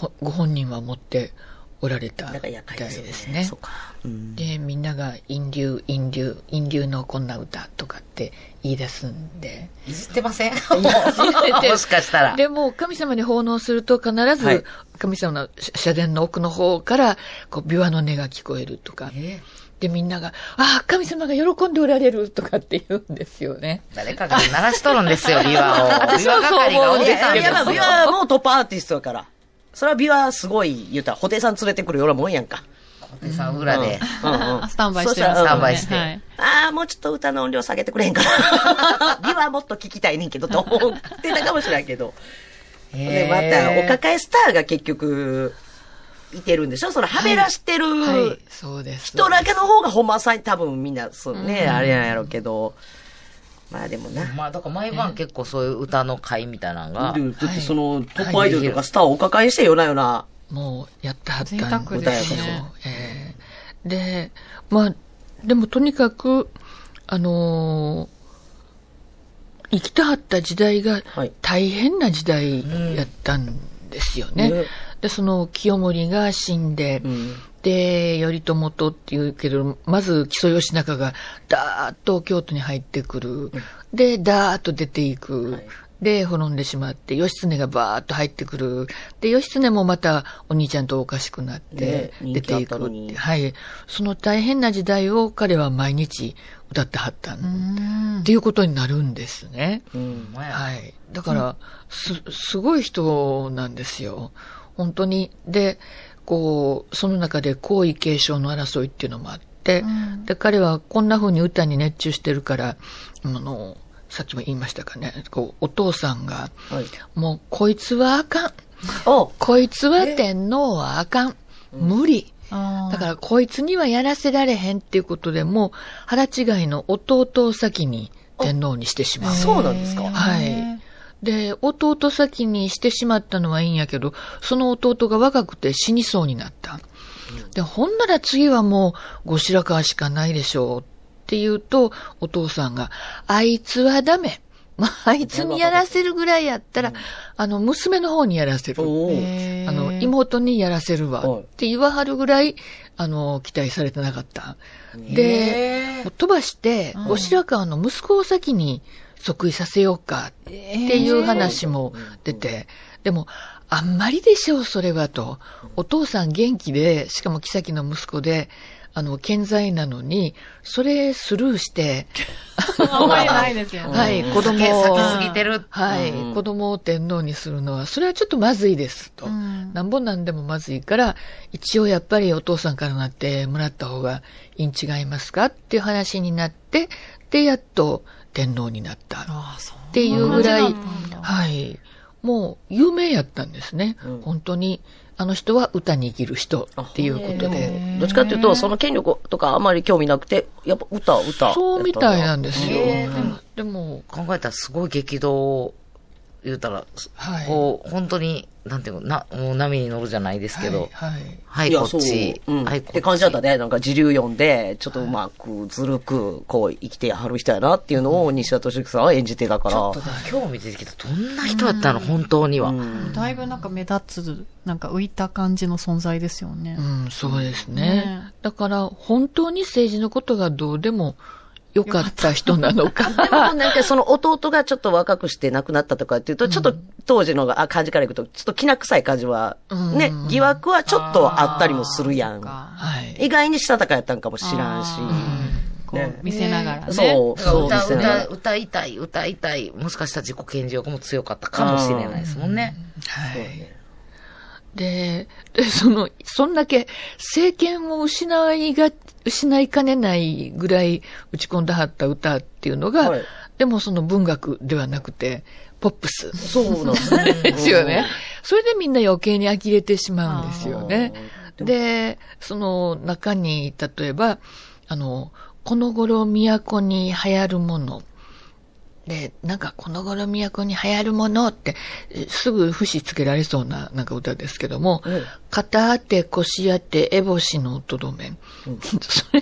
ご本人は持っておられたみたいだから厄介ですですよね。 そうか。うん、 で、みんなが、陰流、陰流、陰流のこんな歌とかって言い出すんで。 いじってませんもしかしたら。 でも、神様に奉納すると必ず、はい、神様の社殿の奥の方から、こう、琵琶の音が聞こえるとか。えーで、みんなが、ああ、神様が喜んでおられるとかって言うんですよね。 誰かが鳴らしとるんですよ、琵琶を。琵琶係がおじさんですよ。 琵琶はもうトップアーティストやから。それは琵琶すごい言ったら、布袋さん連れてくるようなもんやんか。 布袋さん裏で。 うんうん、スタンバイしてる。 スタンバイして。はい、 ああ、もうちょっと歌の音量下げてくれへんから。琵琶もっと聞きたいねんけど、と思ってたかもしれんけど。で、また、お抱えスターが結局、いてるんでしょそのはべらしてる、はいはい、そうです。人だけの方がほんまさに多分みんな、そうね、うん、あれなんやろうけど。まあでもな。 まあだから毎晩結構そういう歌の会みたいなのが。 だってそのトップアイドルとかスターをお抱えしてよなよな。 もうやってはったんですね。 えー、で、まあ、でもとにかく、あのー、生きてはった時代が大変な時代やったんですよね。はいうんで、その清盛が死んで、うん、で、頼朝とっていうけど、まず木曽義仲がダーッと京都に入ってくる。うん、で、ダーッと出ていく。はい、で、滅んでしまって、義経がバーッと入ってくる。で、義経もまたお兄ちゃんとおかしくなって出ていくって。ね、はい。その大変な時代を彼は毎日歌ってはったっていうことになるんですね。うん、はい。だから、す、すごい人なんですよ。本当に。で、こう、その中で皇位継承の争いっていうのもあって、うん、で、彼はこんな風に歌に熱中してるから、あの、さっきも言いましたかね、こう、お父さんが、はい、もう、こいつはあかん。こいつは天皇はあかん。無理。だから、こいつにはやらせられへんっていうことでもう、腹違いの弟を先に天皇にしてしまう。 そうなんですか？ はい。で、弟先にしてしまったのはいいんやけど、その弟が若くて死にそうになった。で、ほんなら次はもう、後白河しかないでしょうって言うと、お父さんが、あいつはダメ。まあ、あいつにやらせるぐらいやったら、うん、あの、娘の方にやらせる。あの、妹にやらせるわ。って言わはるぐらい、あの、期待されてなかった。で、飛ばして、後白河の息子を先に、即位させようかっていう話も出て、でも、あんまりでしょう、それはと。お父さん元気で、しかも妃の息子で、あの、健在なのに、それスルーして、 あんまりないですよね。 はい、子供を、 先過ぎてる。 はい、うん、子供を天皇にするのは、それはちょっとまずいですと。うん、なんぼなんでもまずいから、一応やっぱりお父さんからなってもらった方がいいん違いますかっていう話になって、で、やっと天皇になったっていうぐらい、はい、もう有名やったんですね。うん、本当に。あの人は歌に生きる人っていうことで。 どっちかっていうと、その権力とかあまり興味なくて、やっぱ歌、歌。 そうみたいなんですよ。 でも、でも考えたらすごい激動、言うたら、はい、こう、本当に、なんていうの、な、もう波に乗るじゃないですけど、はい、はい、はい、こっち、 うん、はい、こっち。って感じだったね。なんか自流読んで、ちょっとうまく、ずるく、こう、生きてはる人やなっていうのを、西田敏行さんは演じてたから。ちょっとね、興味出てきた。どんな人やったの、本当には。 だいぶなんか目立つ、なんか浮いた感じの存在ですよね。 うん、そうですね。ね、だから、本当に政治のことがどうでも、良かった人なのか。 でもなんかその弟がちょっと若くして亡くなったとかっていうと、ちょっと当時のが、あ、感じからいくと、ちょっときな臭い感じは、ね、疑惑はちょっとあったりもするやん。はい、意外にしたたかやったんかもしらんし。 こう見せながらね。 そう、そう歌、歌、歌いたい、歌いたい。もしかしたら自己顕示欲も強かったかもしれないですもんね。 はい。で、で、その、そんだけ政権を失いが、失いかねないぐらい打ち込んだはった歌っていうのが、はい、でもその文学ではなくて、ポップス。 そうなんですね。 ですよね。それでみんな余計に呆れてしまうんですよね。で、その中に、例えば、あの、この頃都に流行るもの。で、なんか、この頃都に流行るものって、すぐ節つけられそうな、なんか歌ですけども、うん、肩当て、腰当て、烏帽子の音止め。うん、それ、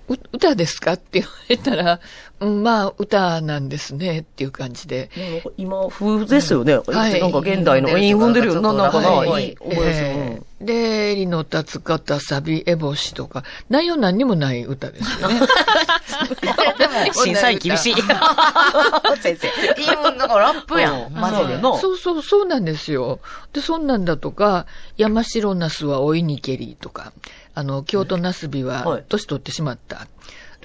う歌ですかって言われたら、うん、まあ、歌なんですねっていう感じで。 今風ですよね。 うん、はい。 なんか現代の韻踏んでるよ。なんかな、 はい、 いい覚えです。で、りの立つ方、サビ、エボシとか、内容何にもない歌ですよね。 でも、審査員厳しい。先生。 韻だからラップやん。マジでの。 そうそう、そうなんですよ。で、そんなんだとか、山城ナスは追いにけりとか、あの、京都ナスビは年取ってしまった。はい、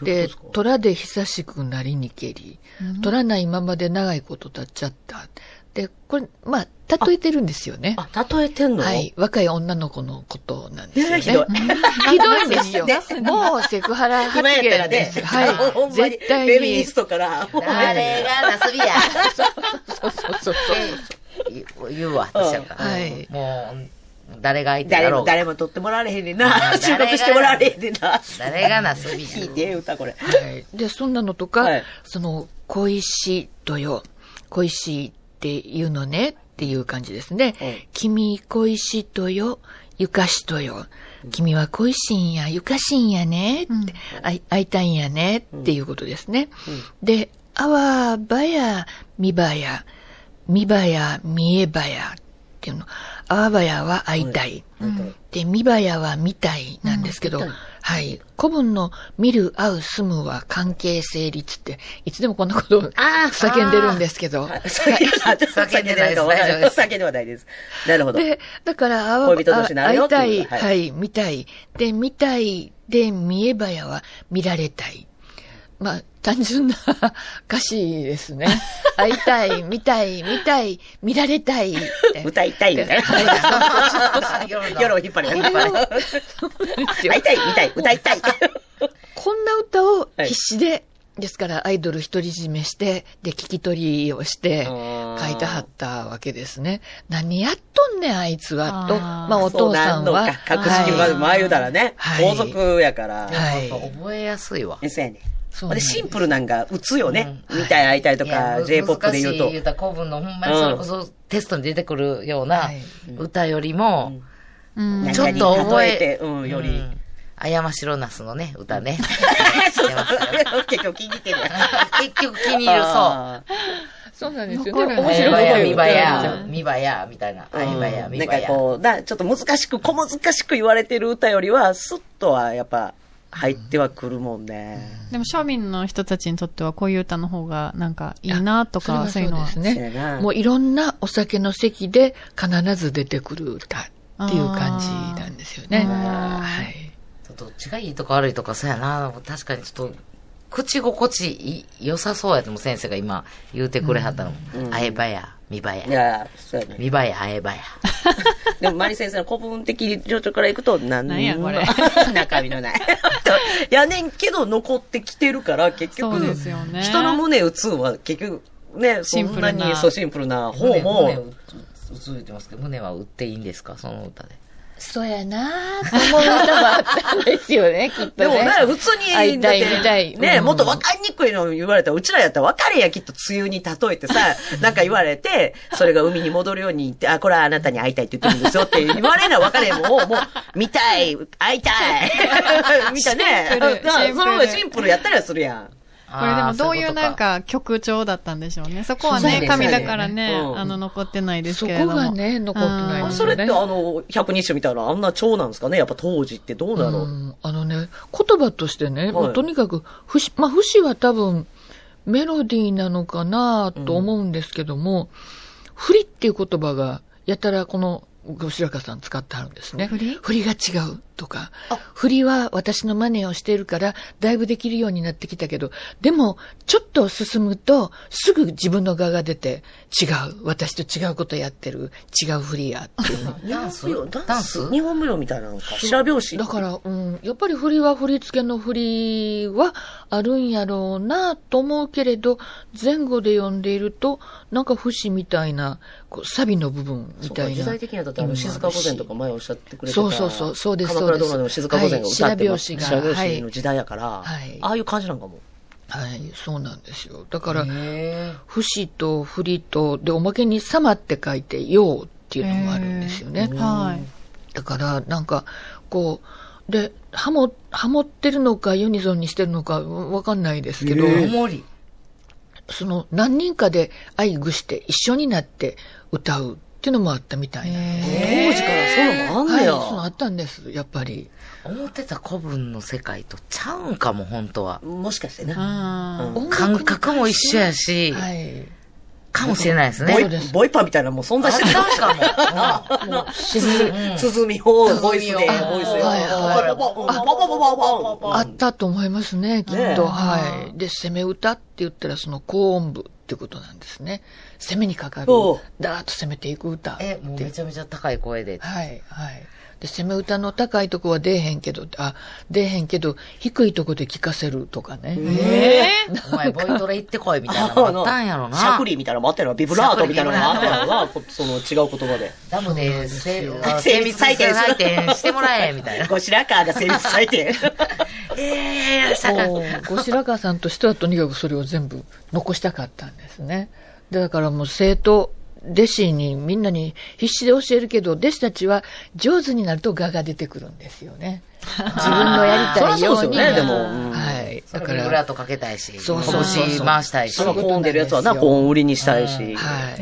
で、虎で久しくなりにけり、取らないままで長いこと経っちゃった。で、これ、まあ、例えてるんですよね。 あ、例えてんの？ はい。若い女の子のことなんですよね。 ひどい。 ひどいんですよ。もうセクハラ発言です。はい。絶対に。 フェミニストから。 誰がナスビや。 そうそうそう。 言うわ、私は。 はい。 もう、誰が相手だろう。 誰も取ってもらわれへんねんな。収録してもらわれへんねんな。 誰がナスビや。 聞いて、歌これ。 はい。で、そんなのとか、その、恋しとよ。恋しっていうのねっていう感じですね。君恋しとよ。ゆかしとよ。君は恋しいんや、ゆかしいんやねって、うん、会, 会いたいんやねっていうことですね。うんうん、で、あわばや、みばや、みばや、みえばやっていうの。あわばやは会いたい。うん、で、みばやは見たいなんですけど、はい。古文の見る、会う、住むは関係成立って、いつでもこんなことを叫んでるんですけど。 叫んでないです。叫んではないです。なるほど。 で、だから、 恋人同士になるよって会いたい、はい、見たい。で、見たい、で、見えばやは見られたい。まあ、単純な歌詞ですね。会いたい、見たい、見たい、見られたい。 歌いたいみたいな。夜を引っ張り、引っ張り。会いたい、見たい、歌いたい。 こんな歌を必死で、はい、ですからアイドル独り占めして、で、聞き取りをして、書いてはったわけですね。何やっとんねん、あいつは。と、まあ、お父さんは。 格式まで前言うたらね、皇族やから。 はい。覚えやすいわ。 そうやね。で、シンプルなんが打つよね。みたいな会いたいとか、J-ポップ で言うと。 難しい言うた古文のほんまにそれこそテストに出てくるような歌よりも、ちょっと覚えて、うん、より。あやましろなすのね、歌ね。 そうそう。結局気に入ってるやん。結局気に入る、そう。 そうなんですよね。 面白いこと見ばや、見ばや、みたいな。あいばや、見ばや。 なんかこう、だちょっと難しく、小難しく言われてる歌よりは、スッとはやっぱ、入ってはくるもんね。 でも庶民の人たちにとってはこういう歌の方がなんかいいなとか、そういうのは。 そうですね。もういろんなお酒の席で必ず出てくる歌っていう感じなんですよね。はい。 どっちがいいとか悪いとかそうやな。確かにちょっと、口心地良さそうやとも先生が今言うてくれはったのも。あえばや、見ばや。 いや、そうやね。 見ばや、あえばや。 でも、マリ先生の古文的情緒からいくと、なんなんやこれ。 中身のない。やねんけど残ってきてるから、結局、 そうですよね、 人の胸打つは結局、ね、そんなにそうシンプルな方も。 胸打つ言ってますけど、胸は打っていいんですか、その歌で。 そうやなぁ、と思う歌はあったんですよね、きっとね。 でもね、普通に、 会いたい、見たい。 ね、うん、もっと分かりにくいの言われたら、うちらやったら分かれや、きっと梅雨に例えてさ、なんか言われて、それが海に戻るように言って、あ、これはあなたに会いたいって言ってるんですよって言われな分かれへんもん、もう、見たい、会いたい、みたいなね。その方がシンプルやったらするやん。 これでもどういうなんか曲調だったんですよね。そこはね、紙だからね、あの、残ってないですけれども。 そこがね、残ってないですよね。それってあの、百日種みたいなあんな調なんですかね、やっぱ当時ってどうだろう。うん、 あのね、言葉としてね、もうとにかく、節、まあ、節は多分、メロディーなのかなと思うんですけども、うん、振りっていう言葉が、やたらこの、ご白川さん使ってあるんですね。振り振りが違うとか。振りは私の真似をしているから、だいぶできるようになってきたけど、でも、ちょっと進むと、すぐ自分の側が出て、違う。私と違うことやってる。違う振りやっていうの。 ダンスダンス日本舞踊みたいなのか。白拍子。 だから、うん。やっぱり振りは振り付けの振りはあるんやろうなと思うけれど、前後で読んでいると、なんか節みたいな、こうサビの部分みたいな。 時代的にはだってあの静か御前とか前おっしゃってくれてた。 そうそうそう、そうです。 鎌倉殿でも静か御前が歌ってます。 はい、白拍子の時代やから、はい、ああいう感じなんかも。 はい、そうなんですよ。だから、節と振りと、で、おまけに様って書いて、ようっていうのもあるんですよね。はい。だから、なんか、こう、 で、ハモ、ハモってるのかユニゾンにしてるのかわかんないですけど、その何人かで愛具して一緒になって歌うっていうのもあったみたいなんです。 当時からそういうのもあんねや。 はい、そうあったんです、やっぱり。 思ってた古文の世界とちゃうんかも、本当は。 もしかしてね。 うん、感覚も一緒やし、はい、かもしれないですね。 ボイ、ボイパみたいなのも存在してる。 あったかも。 鼓みをボイスで、ボイスで。 あったと思いますね、きっと。はい。で、攻め歌って言ったらその高音部ってことなんですね。攻めにかかる。ダーッと攻めていく歌。 え、もうめちゃめちゃ高い声で。 はい、はい。で、攻め歌の高いとこは出えへんけど、あ、出えへんけど、低いとこで聞かせるとかね。 えー、お前、ボイトレ行ってこいみたいなのあったんやろな。 シャクリみたいなのもあったやろ。ビブラートみたいなのもあったやろな。その違う言葉で。 ダムで、精密採点採点してもらえ、みたいな。 ゴシラカーが精密採点。 ええー、ゴシラカーさんとしてはとにかくそれを全部残したかったんですね。だからもう生徒、弟子にみんなに必死で教えるけど、弟子たちは上手になると我が出てくるんですよね。自分のやりたいように。 ね、でも。 はい。だから。ブラートかけたいし。 そうそうそう。 拳回したいし。 そのコーン出るやつはな、コーン売りにしたいし。 はい。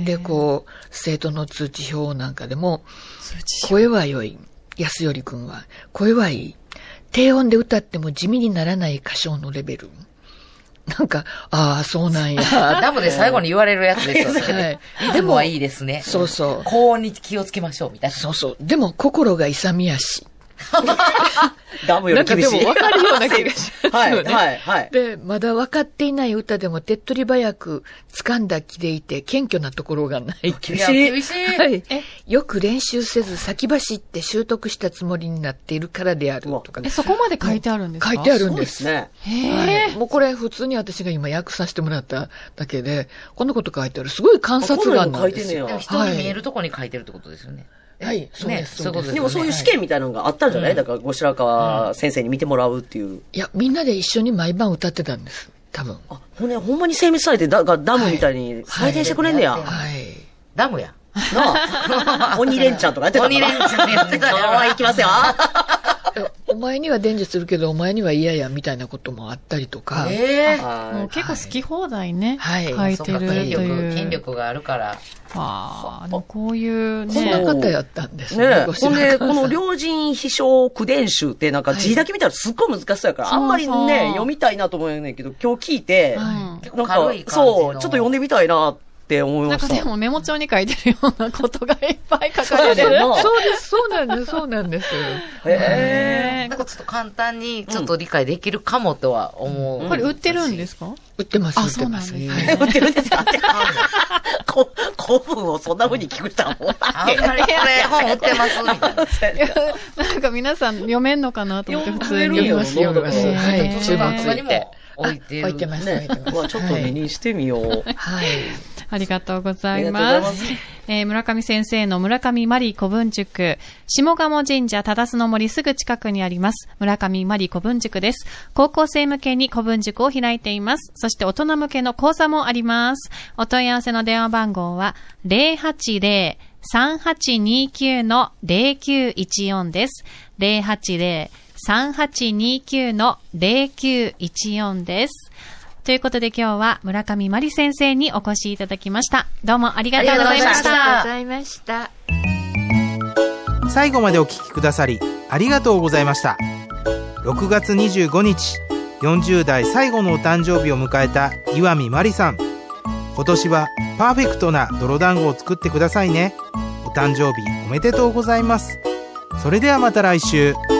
で、こう、生徒の通知表なんかでも、声は良い。安頼くんは、声はいい。低音で歌っても地味にならない歌唱のレベル。なんか、ああ、そうなんや。 ダムで最後に言われるやつですよね。はい。リズムはいいですね。 そうそう。 高音に気をつけましょう、みたいな。 そうそう。でも、心が勇みやし。 ダムより厳しい。 なんかでも分かるような気がします。 はい、はい、はい。 で、まだ分かっていない歌でも手っ取り早く掴んだ気でいて謙虚なところがない。 厳しい。厳しい。 はい。よく練習せず先走って習得したつもりになっているからであるとか、ね。 え、そこまで書いてあるんですか？ 書いてあるんです。 そうですね。 へー。もうこれ普通に私が今訳させてもらっただけで、こんなこと書いてある。すごい観察眼なんですよ。 でも人に見えるとこに書いてるってことですよね。 はい、そうです。そうです。 でもそういう試験みたいなのがあったんじゃない、だから、後白河先生に見てもらうっていう。 いや、みんなで一緒に毎晩歌ってたんです。多分。 あ、ほんね、ほんまに精密されて、だがダムみたいに採点してくれんねや。 はい。 ダムや。 なあ。鬼レンチャンとかやってた。 鬼レンチャンやってたよ。 ああ、行きますよ。 お前には伝授するけど、お前には嫌や、みたいなこともあったりとか。 ええー。もう結構好き放題ね。 はい。 書いてるという。 権力があるから。 ああ、でもこういうね。 こんな方やったんですね。ねほんで、この両人秘書句伝集ってなんか字だけ見たらすっごい難しそうやから、はい、あんまりね、読みたいなと思うんだけど、今日聞いて、はい、なんか、そう、ちょっと読んでみたいなって思いました。 なんかでもメモ帳に書いてるようなことがいっぱい書かれてる。 そうです、そうなんです、そうなんです。 へぇー。なんかちょっと簡単にちょっと理解できるかもとは思う。 うん、これ売ってるんですか？ 売ってます、 売ってます。 売ってるんですか？古文をそんな風に聞く人はもうあんまりこれ本売ってますみたいな。 なんか皆さん読めんのかなと思って普通に。 読みます、読みます。 はい。注文ついて。置いてる。 置いてますね。 ちょっと見にしてみよう。 はい。 ありがとうございます。えー、村上先生の村上マリ古文塾、下鴨神社忠須の森すぐ近くにあります。村上マリ古文塾です。高校生向けに古文塾を開いています。そして大人向けの講座もあります。お問い合わせの電話番号は ゼロはちゼロ さんはちにきゅう ゼロきゅういちよん です。ゼロはちゼロ さんはちにきゅう ゼロきゅういちよん です。ということで今日は村上真理先生にお越しいただきました。どうもありがとうございました。 ありがとうございました。 最後までお聞きくださりありがとうございました。ろくがつにじゅうごにち、よんじゅう代最後のお誕生日を迎えた岩見真理さん。今年はパーフェクトな泥団子を作ってくださいね。お誕生日おめでとうございます。それではまた来週。